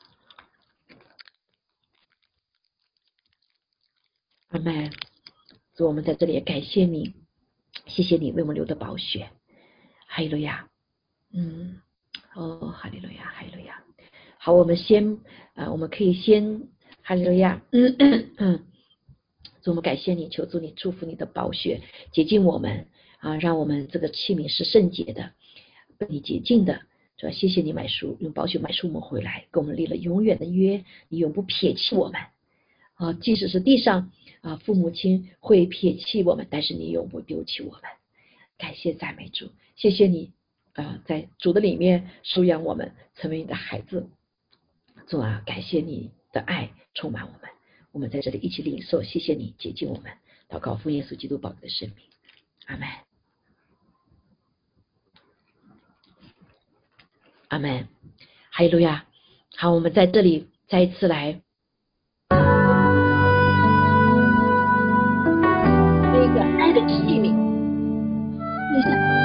阿们。主，我们在这里也感谢你，谢谢你为我们流的宝血。哈利路亚。哈利路亚，哈利路亚。好，我们可以先哈利路亚。主，我们感谢你，求主你祝福你的宝血洁净我们让我们这个器皿是圣洁的，被你洁净的。主，谢谢你用宝血买赎我们回来，跟我们立了永远的约，你永不撇弃我们即使是地上父母亲会撇弃我们，但是你永不丢弃我们。感谢赞美主，谢谢你在主的里面收养我们，成为你的孩子。主感谢你的爱充满我们，我们在这里一起领受，谢谢你洁净我们。祷告奉耶稣基督宝贵的生命，阿们，阿们，哈利路亚。好，我们在这里再一次来那个爱的器皿，你想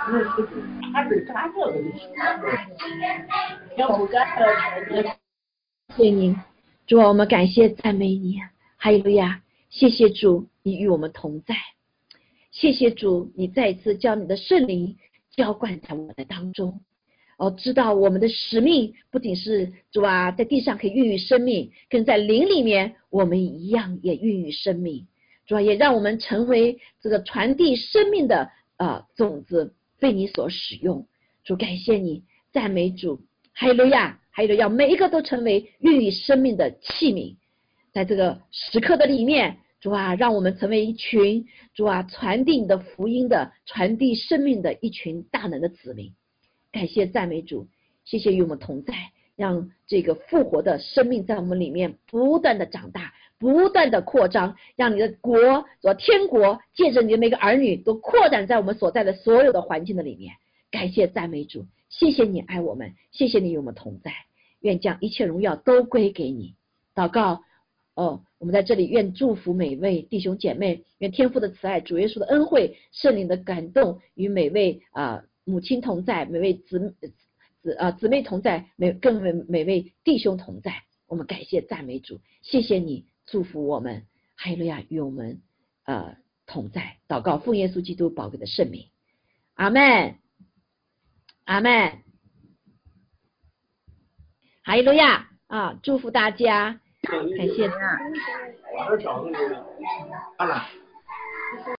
谢谢您，主啊，我们感谢赞美你，哈利路亚！谢谢主，你与我们同在。谢谢主，你再一次将你的圣灵浇灌在我们的当中。知道我们的使命不仅是主啊，在地上可以孕育生命，更在灵里面我们一样也孕育生命。主啊，也让我们成为这个传递生命的种子，被你所使用。主，感谢你，赞美主，哈利路亚，哈利路亚！每一个都成为孕育生命的器皿，在这个时刻的里面。主啊，让我们成为一群主啊传递你的福音的、传递生命的一群大能的子民。感谢赞美主，谢谢与我们同在，让这个复活的生命在我们里面不断的长大，不断的扩张，让你的国天国借着你的每个儿女都扩展在我们所在的所有的环境的里面。感谢赞美主，谢谢你爱我们，谢谢你与我们同在，愿将一切荣耀都归给你。祷告我们在这里愿祝福每位弟兄姐妹，愿天父的慈爱、主耶稣的恩惠、圣灵的感动与每位母亲同在，每位姊妹同在，每位弟兄同在。我们感谢赞美主，谢谢你祝福我们，哈利路亚，与我们同在。祷告奉耶稣基督宝贵的圣名，阿们，阿们，哈利路亚祝福大家，感谢。